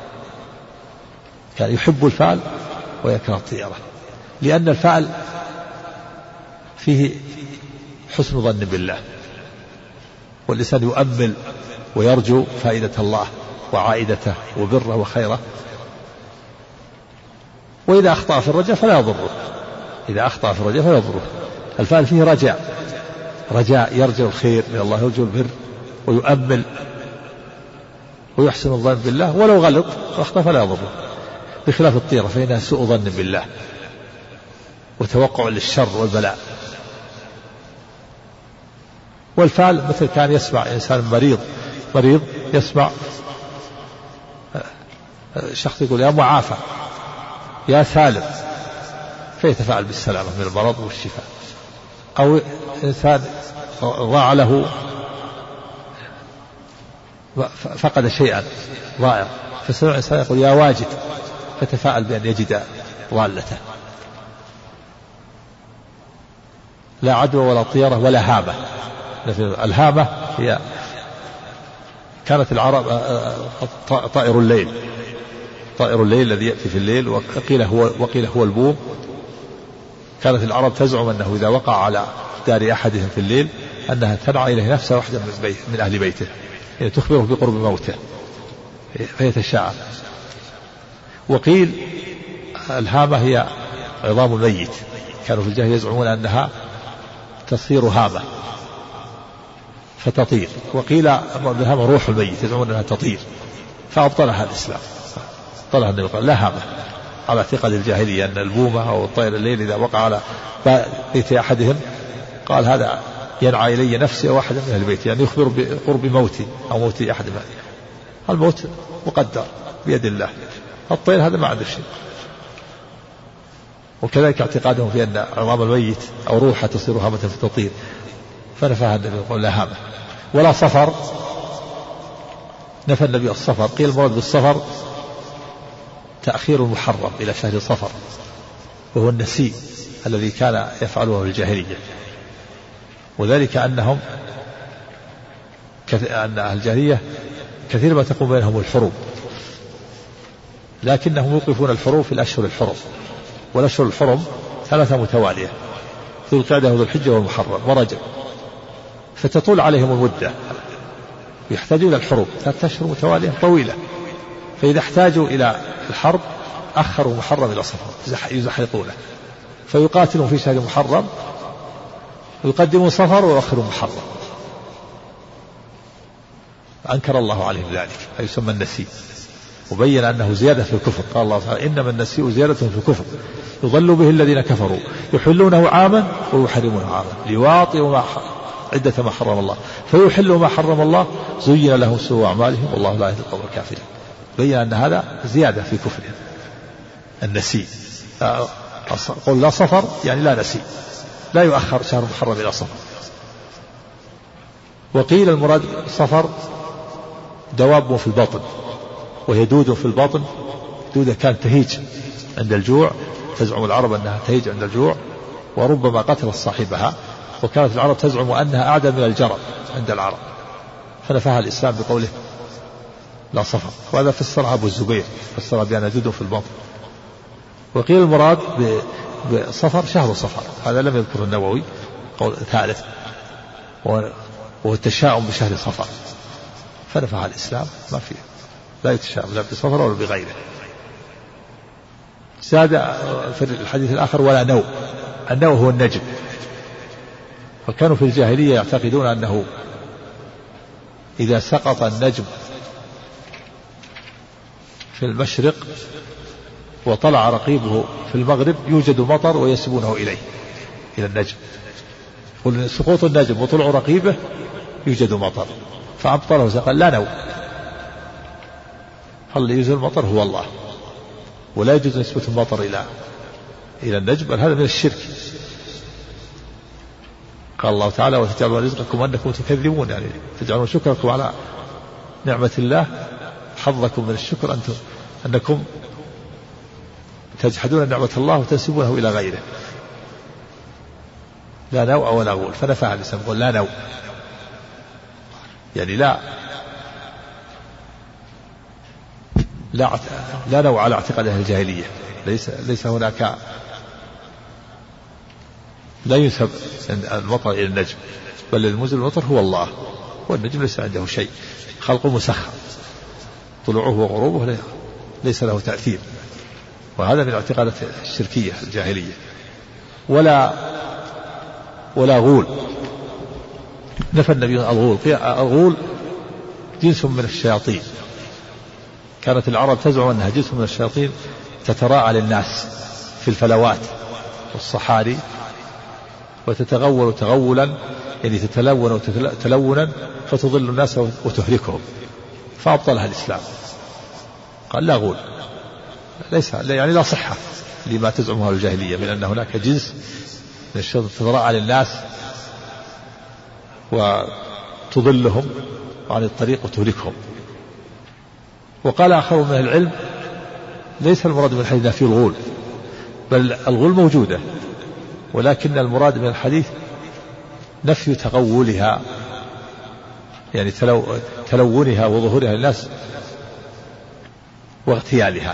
كان يحب الفعل ويكره الطيرة، لأن الفعل فيه حسن ظن بالله، والإنسان يؤمل ويرجو فائدة الله وعائدته وبره وخيره، وإذا أخطأ في الرجاء فلا يضره، إذا أخطأ في الرجاء فلا يضره. الفعل فيه رجاء، رجاء يرجو الخير من الله، يرجو البر ويؤمل ويحسن الظن بالله، ولو غلط واخطأ فلا يضره، بخلاف الطيرة فإنها سوء ظن بالله وتوقع للشر والبلاء. والفعل مثل كان يسمع إنسان مريض مريض يسمع شخص يقول يا معافى يا سالم، فيتفاعل بالسلامة من المرض والشفاء. أو إنسان ضاع له فقد شيئا ضائع، فسمع إنسان يقول يا واجد، فتفاعل بأن يجد ضالته. لا عدوى ولا طيرة ولا هامة. الهامة هي كانت العرب طائر الليل، طائر الليل الذي يأتي في الليل، وقيل هو وقيل هو البوم. كانت العرب تزعم أنه إذا وقع على دار أحدهم في الليل أنها تنعى إليه نفسها واحدة من, بيت من أهل بيته، يعني تخبره بقرب موته فيتشاءم. وقيل الهامة هي عظام الميت، كانوا في الجاهلية يزعمون أنها تصير هامة فتطير. وقيل الهامة روح الميت، يزعمون أنها تطير، فأبطلها الإسلام، طلع النبي قال لا هامة، على اعتقاد الجاهلية أن البومة أو الطير الليل إذا وقع على بيت أحدهم قال هذا ينعى إلي نفسي واحد من البيت، يعني يخبر بقرب موتي أو موت أحدهم. الموت مقدر بيد الله، الطير هذا ما عنده شيء. وكذلك اعتقادهم في أن عظام الميت أو روحه تصير هامة فتطير، فنفاها النبي يقول لا هامة. ولا صفر، نفى النبي الصفر. قيل المراد بالصفر تأخير المحرم إلى شهر صفر، وهو النسيء الذي كان يفعله في الجاهلية، وذلك أنهم أن أهل الجاهلية كثير ما تقوم بينهم الحروب، لكنهم يوقفون الحروب في الأشهر الحرم، والأشهر الحرم ثلاثة متوالية، ذو القعدة وذو الحجة والمحرم ورجب، فتطول عليهم المدة ويحتاجون إلى الحروب، ثلاثة أشهر متوالية طويلة، فإذا احتاجوا إلى الحرب أخروا محرم إلى صفر يزحلقونه، فيقاتلون في شهر محرم ويقدمون صفر ويؤخرون محرم. أنكر الله عليهم ذلك، فيسمى النسيء، وبين أنه زيادة في الكفر. قال الله تعالى إنما النسيء زيادة في الكفر يضل به الذين كفروا يحلونه عاما ويحرمونه عاما ليواطئوا ما عدة ما حرم الله فيحلوا ما حرم الله زين لهم سوء أعمالهم والله لا يهدي القوم الكافرين. بين أن هذا زيادة في كفرهم النسيء. قل لا صفر يعني لا نسيء، لا يؤخر شهر محرم إلى صفر. وقيل المراد صفر دواب في الباطن، وهي دود في الباطن، دودة كانت تهيج عند الجوع، تزعم العرب أنها تهيج عند الجوع وربما قتلت صاحبها، وكانت العرب تزعم أنها أعدى من الجرب عند العرب، فنفاها الإسلام بقوله لا صفر. وهذا فسرها أبو الزبير، فسرها بأنها دود في الباطن. وقيل المراد بصفر شهر صفر، هذا لم يذكر النووي، قول ثالث، وهو التشاؤم بشهر صفر، فنفاها الإسلام، ما فيه لا يتشاؤم لا بصفر ولا بغيره. زاد في الحديث الآخر ولا نوء. النوء هو النجم، وكانوا في الجاهلية يعتقدون أنه إذا سقط النجم في المشرق وطلع رقيبه في المغرب يوجد مطر ويسبونه إليه إلى النجم. قل سقوط النجم وطلع رقيبه يوجد مطر، فأبطله قال لا نوء، اللي ينزل المطر هو الله، ولا يجوز نسبة المطر إلى إلى النجم، بل هذا من الشرك. قال الله تعالى وتجعلون رزقكم أنكم تكذبون، يعني تجعلون شكركم على نعمة الله حظكم من الشكر أنتم أنكم تجحدون نعمة الله وتنسبونه إلى غيره. لا نوء ولا غول، فنفع الإسلام يقول لا نوء، يعني لا لا لا نوع على اعتقاد أهل الجاهلية. ليس ليس هناك، لا ينسب المطر إلى النجم، بل المنزل المطر هو الله، والنجم ليس عنده شيء، خلقه مسخر، طلوعه وغروبه ليس له تأثير. وهذا من اعتقادات الشركية الجاهلية. ولا ولا غول، نفى النبي الغول. الغول جنس من الشياطين، كانت العرب تزعم أنها جنس من الشياطين تتراءى للناس في الفلوات والصحاري وتتغول تغولا، يعني تتلون تلونا فتضل الناس وتهلكهم، فأبطلها الإسلام. قال لا غول، ليس يعني لا صحة لما تزعمها الجاهلية من أن هناك جنس من الشياطين تتراءى للناس وتضلهم عن الطريق وتهلكهم. وقال آخر من العلم ليس المراد من الحديث في الغول، بل الغول موجودة، ولكن المراد من الحديث نفي تغولها، يعني تلو تلونها وظهورها للناس واغتيالها،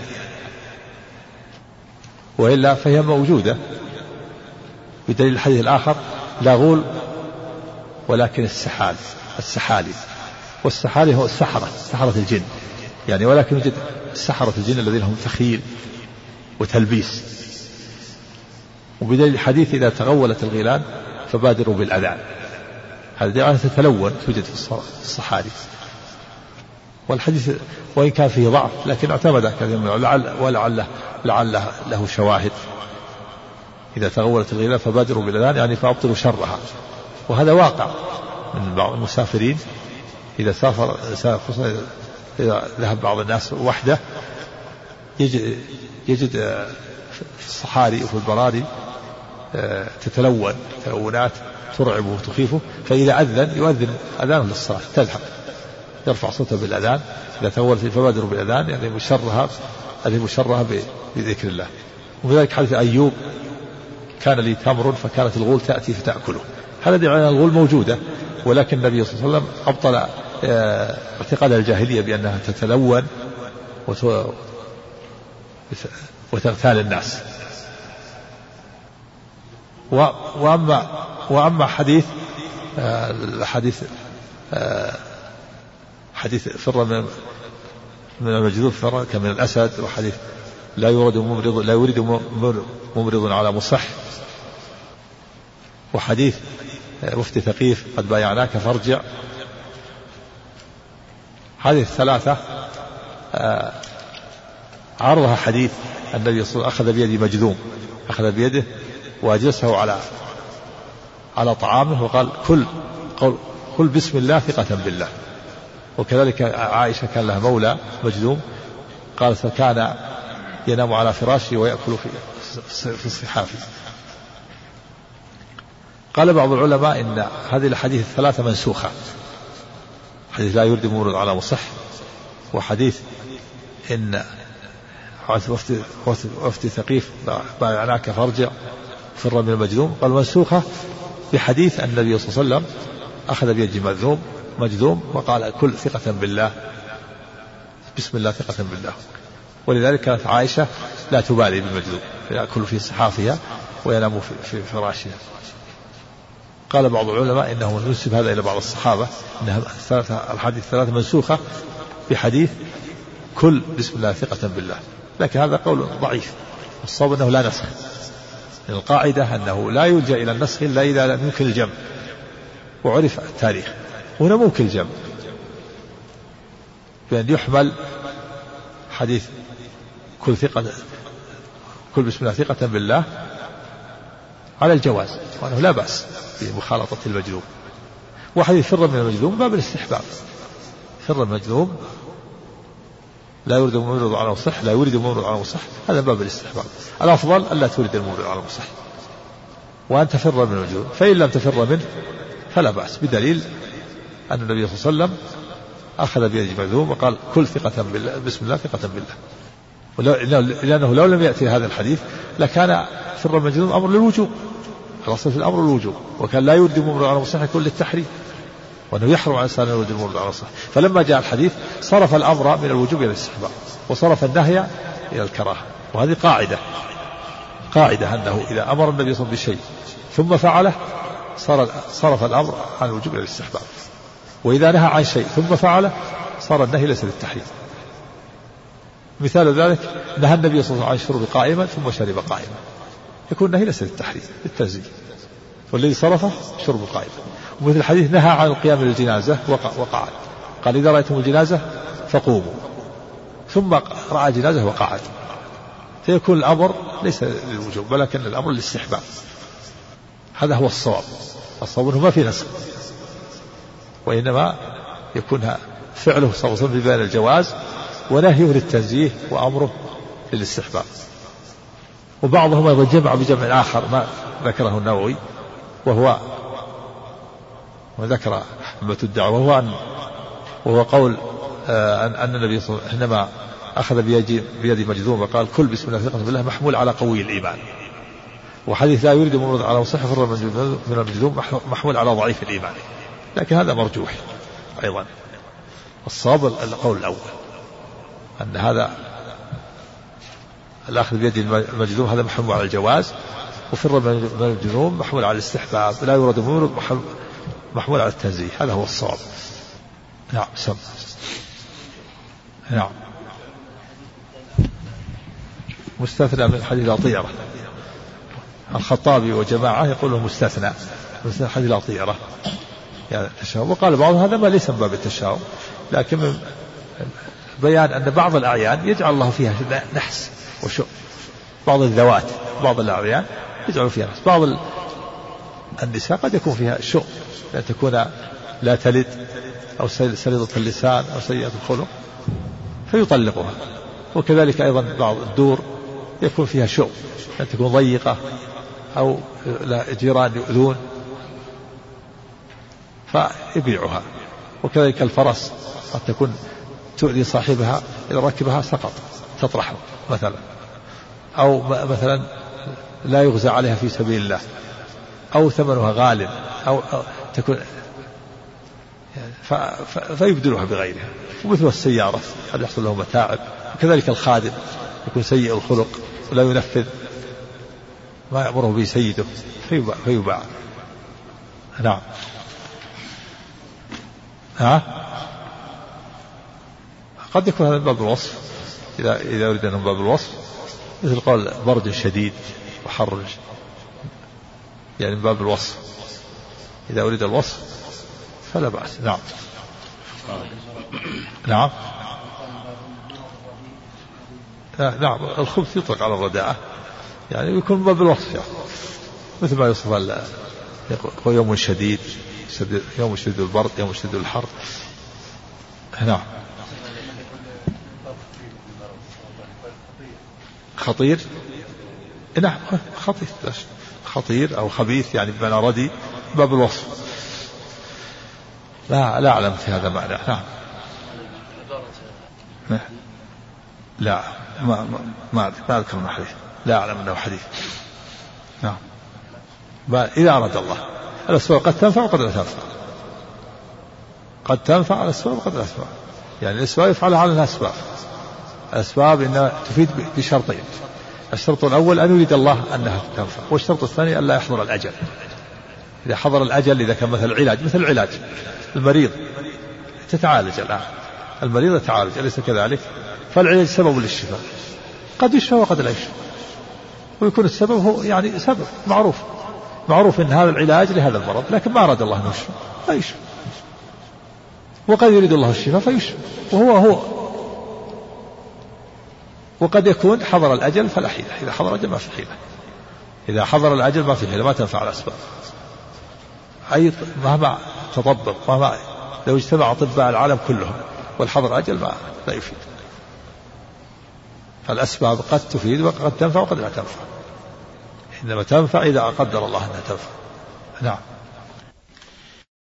وإلا فهي موجودة. بدليل الحديث الآخر لا غول ولكن السحال السحالي، والسحالي هو السحرة سحرة الجن، يعني ولكن يوجد سحرة الجن الذين هم تخيل وتلبيس. وبدليل الحديث إذا تغولت الغيلان فبادروا بالأذان، هذه يعني تتلون توجد في الصحاري. والحديث وإن كان فيه ضعف لكن اعتمد كثير منه، لعل ولعل لعل له شواهد. إذا تغولت الغيلان فبادروا بالأذان يعني فأبطلوا شرها، وهذا واقع من بعض المسافرين إذا سافر سافر إذا ذهب بعض الناس وحده يجد, يجد في الصحاري وفي البراري تتلون تلونات ترعبه وتخيفه، فإذا أذن يؤذن أذانه للصلاة تذهب يرفع صوته بالأذان. إذا تغولت فبادروا بالأذان يعني مشرها هذه مشرها بذكر الله. وذلك حديث أيوب كان لي تمر فكانت الغول تأتي فتأكله، هذا يعني الغول موجودة، ولكن النبي صلى الله عليه وسلم أبطل اعتقاد الجاهلية بأنها تتلون وتغتال الناس. وأما وأما حديث الحديث حديث فر من من المجذوب فر كمن الأسد، وحديث لا يورد ممرض لا يريد ممرض على مصح، وحديث مفتي ثقيف قد بايعناك فارجع. هذه الثلاثة عرضها حديث النبي صلى الله عليه وسلم أخذ بيد مجذوم، أخذ بيده وأجلسه على على طعامه وقال كل قل, قل بسم الله ثقة بالله. وكذلك عائشة كان لها مولى مجذوم، قالت فكان ينام على فراشه ويأكل في في الصحاف. قال بعض العلماء إن هذه الحديث الثلاثة منسوخة، حديث لا يرد مورد على مصح، وحديث إن وفد ثقيف بايعناك فارجع فر من المجذوم، قال منسوخة بحديث النبي صلى الله عليه وسلم أخذ بيد مجذوم مجذوم وقال كل ثقة بالله بسم الله ثقة بالله. ولذلك كانت عائشة لا تبالي بالمجذوم، يأكل في صحافها وينام في فراشها. قال بعض العلماء إنه ينسب هذا إلى بعض الصحابة، إنها الحديث الثلاثة منسوخة بحديث كل بسم الله ثقة بالله، لكن هذا قول ضعيف الصواب أنه لا نسخ. القاعدة أنه لا يلجأ إلى النسخ إلا إذا لم يمكن الجمع وعرف التاريخ. هنا ممكن الجمع بأن يحمل حديث كل ثقة كل بسم الله ثقة بالله على الجواز، وأنه لا بأس بمخالطة المجذوم. وحديث فر من المجذوم باب الاستحباب. فر المجذوم لا يريد الممرض على مصح لا يريد الممرض على مصح، هذا باب الاستحباب. الأفضل ألا تريد الممرض على مصح وأن تفر من المجذوم، فإن لم تفر منه فلا بأس، بدليل أن النبي صلى الله عليه وسلم أخذ بيد المجذوم وقال كل ثقة بالله بسم الله ثقة بالله، لأنه لو لم يأتي هذا الحديث لكان فر المجذوم أمر للوجوب. الأصل في الأمر الوجوب، وكان لا يريد الممرض على مصح يكون للتحريم، وأنه يحرم على الإنسان أن يريد الممرض على مصح. فلما جاء الحديث صرف الأمر من الوجوب إلى الاستحباب، وصرف النهي إلى الكراهة. وهذه قاعدة قاعدة أنه إذا أمر النبي صلى الله عليه وسلم بشيء ثم فعله صار صرف الأمر عن الوجوب إلى الاستحباب، وإذا نهى عن شيء ثم فعله صار النهي ليس للتحريم. مثال ذلك نهى النبي صلى الله عليه وسلم عن الشرب قائما ثم شرب قائما، يكون النهي ليس للتحريم للتنزيه، والذي صرفه شرب قائما. ومثل الحديث نهى عن القيام للجنازة وقعد، قال إذا رأيتم الجنازة فقوموا، ثم رأى جنازة وقعد، فيكون الأمر ليس للوجوب ولكن الأمر للاستحباب. هذا هو الصواب. الصواب أنه ما في نسخ، وإنما يكون فعله صلى الله عليه وسلم ببيان الجواز ونهيه للتنزيه وأمره للاستحباب. وبعضهم أيضا جمع بجمع آخر ما ذكره النووي، وهو وذكر أحمة الدعوة، وهو أن وهو قول آه أن النبي صلى الله عليه وسلم حينما أخذ بيد, بيد مجذوم وقال كل بسم الله ثقة بالله محمول على قوي الإيمان. وحديث لا يريد ممرض على مصح فر من المجذوم محمول على ضعيف الإيمان، لكن هذا مرجوح أيضا. الصواب القول الأول أن هذا الأخذ بيد المجذوم هذا محمول على الجواز، وفر من المجذوم محمول على الاستحباب، لا يريد ممرض محمول على التنزيه. هذا هو الصواب. نعم سم نعم مستثنى من حديث الطيرة. الخطابي وجماعة يقولون مستثنى من حديث الطيرة يعني التشاؤم، وقال بعضهم هذا ما ليس من باب التشاؤم، لكن من بيان أن بعض الأعيان يجعل الله فيها نحس وشؤم، بعض الذوات بعض الأعيان يجعل فيها نحس، بعض النساء قد يكون فيها شؤم لأن تكون لا تلد أو سليطة اللسان أو سيئة الخلق فيطلقها. وكذلك أيضا بعض الدور يكون فيها شؤم أن تكون ضيقة أو لا جيران يؤذون فيبيعها. وكذلك الفرس قد تكون تؤذي صاحبها إذا ركبها سقط تطرحه مثلا، أو مثلا لا يغزى عليها في سبيل الله، أو ثمنها غال، أو, أو تكون فيبدلها بغيرها. ومثل السيارة قد يحصل له متاعب، وكذلك الخادم يكون سيء الخلق ولا ينفذ ما يأمره به سيده فيباع, فيباع. نعم ها قد يكون هذا من باب الوصف إذا إذا أريد من باب الوصف، مثل قال برد شديد وحر يعني من باب الوصف، إذا أريد الوصف فلا بأس. نعم نعم نعم الخبث يطلق على الرداءة يعني يكون من باب الوصف يعني. مثل ما يوصف يوم شديد يوم شديد البرد يوم شديد الحر. نعم خطير نعم خطير خطير أو خبيث يعني بمعنى ردي باب الوصف. لا لا أعلم في هذا معنى. نعم لا ما ما ما أذكر من حديث، لا أعلم أنه حديث. نعم إذا أراد الله الأسباب قد تنفع وقد لا تنفع، قد تنفع الأسباب وقد لا تنفع، يعني الأسباب يفعلها على الأسباب. الأسباب إنها تفيد بشرطين، الشرط الأول أن يريد الله أنها تنفع، والشرط الثاني أن لا يحضر الأجل. إذا حضر الأجل إذا كان مثل العلاج مثل العلاج المريض تتعالج الآن، المريض يتعالج أليس كذلك؟ فالعلاج سبب للشفاء، قد يشفى وقد لا يشفى، ويكون السبب هو يعني سبب معروف معروف ان هذا العلاج لهذا المرض، لكن ما أراد الله أن يشفى لا يشفى، وقد يريد الله الشفاء فيشفى، وهو هو وقد يكون حضر الأجل فلا حيلة، إذا حضر الأجل ما في حيلة، إذا حضر الأجل ما في حيلة، ما تنفع الأسباب. أي مهما تطبق مهما لو اجتمع أطباء العالم كلهم والحضر أجل ما لا يفيد. فالأسباب قد تفيد وقد تنفع وقد لا تنفع، إنما تنفع إذا قدر الله أنها تنفع. نعم.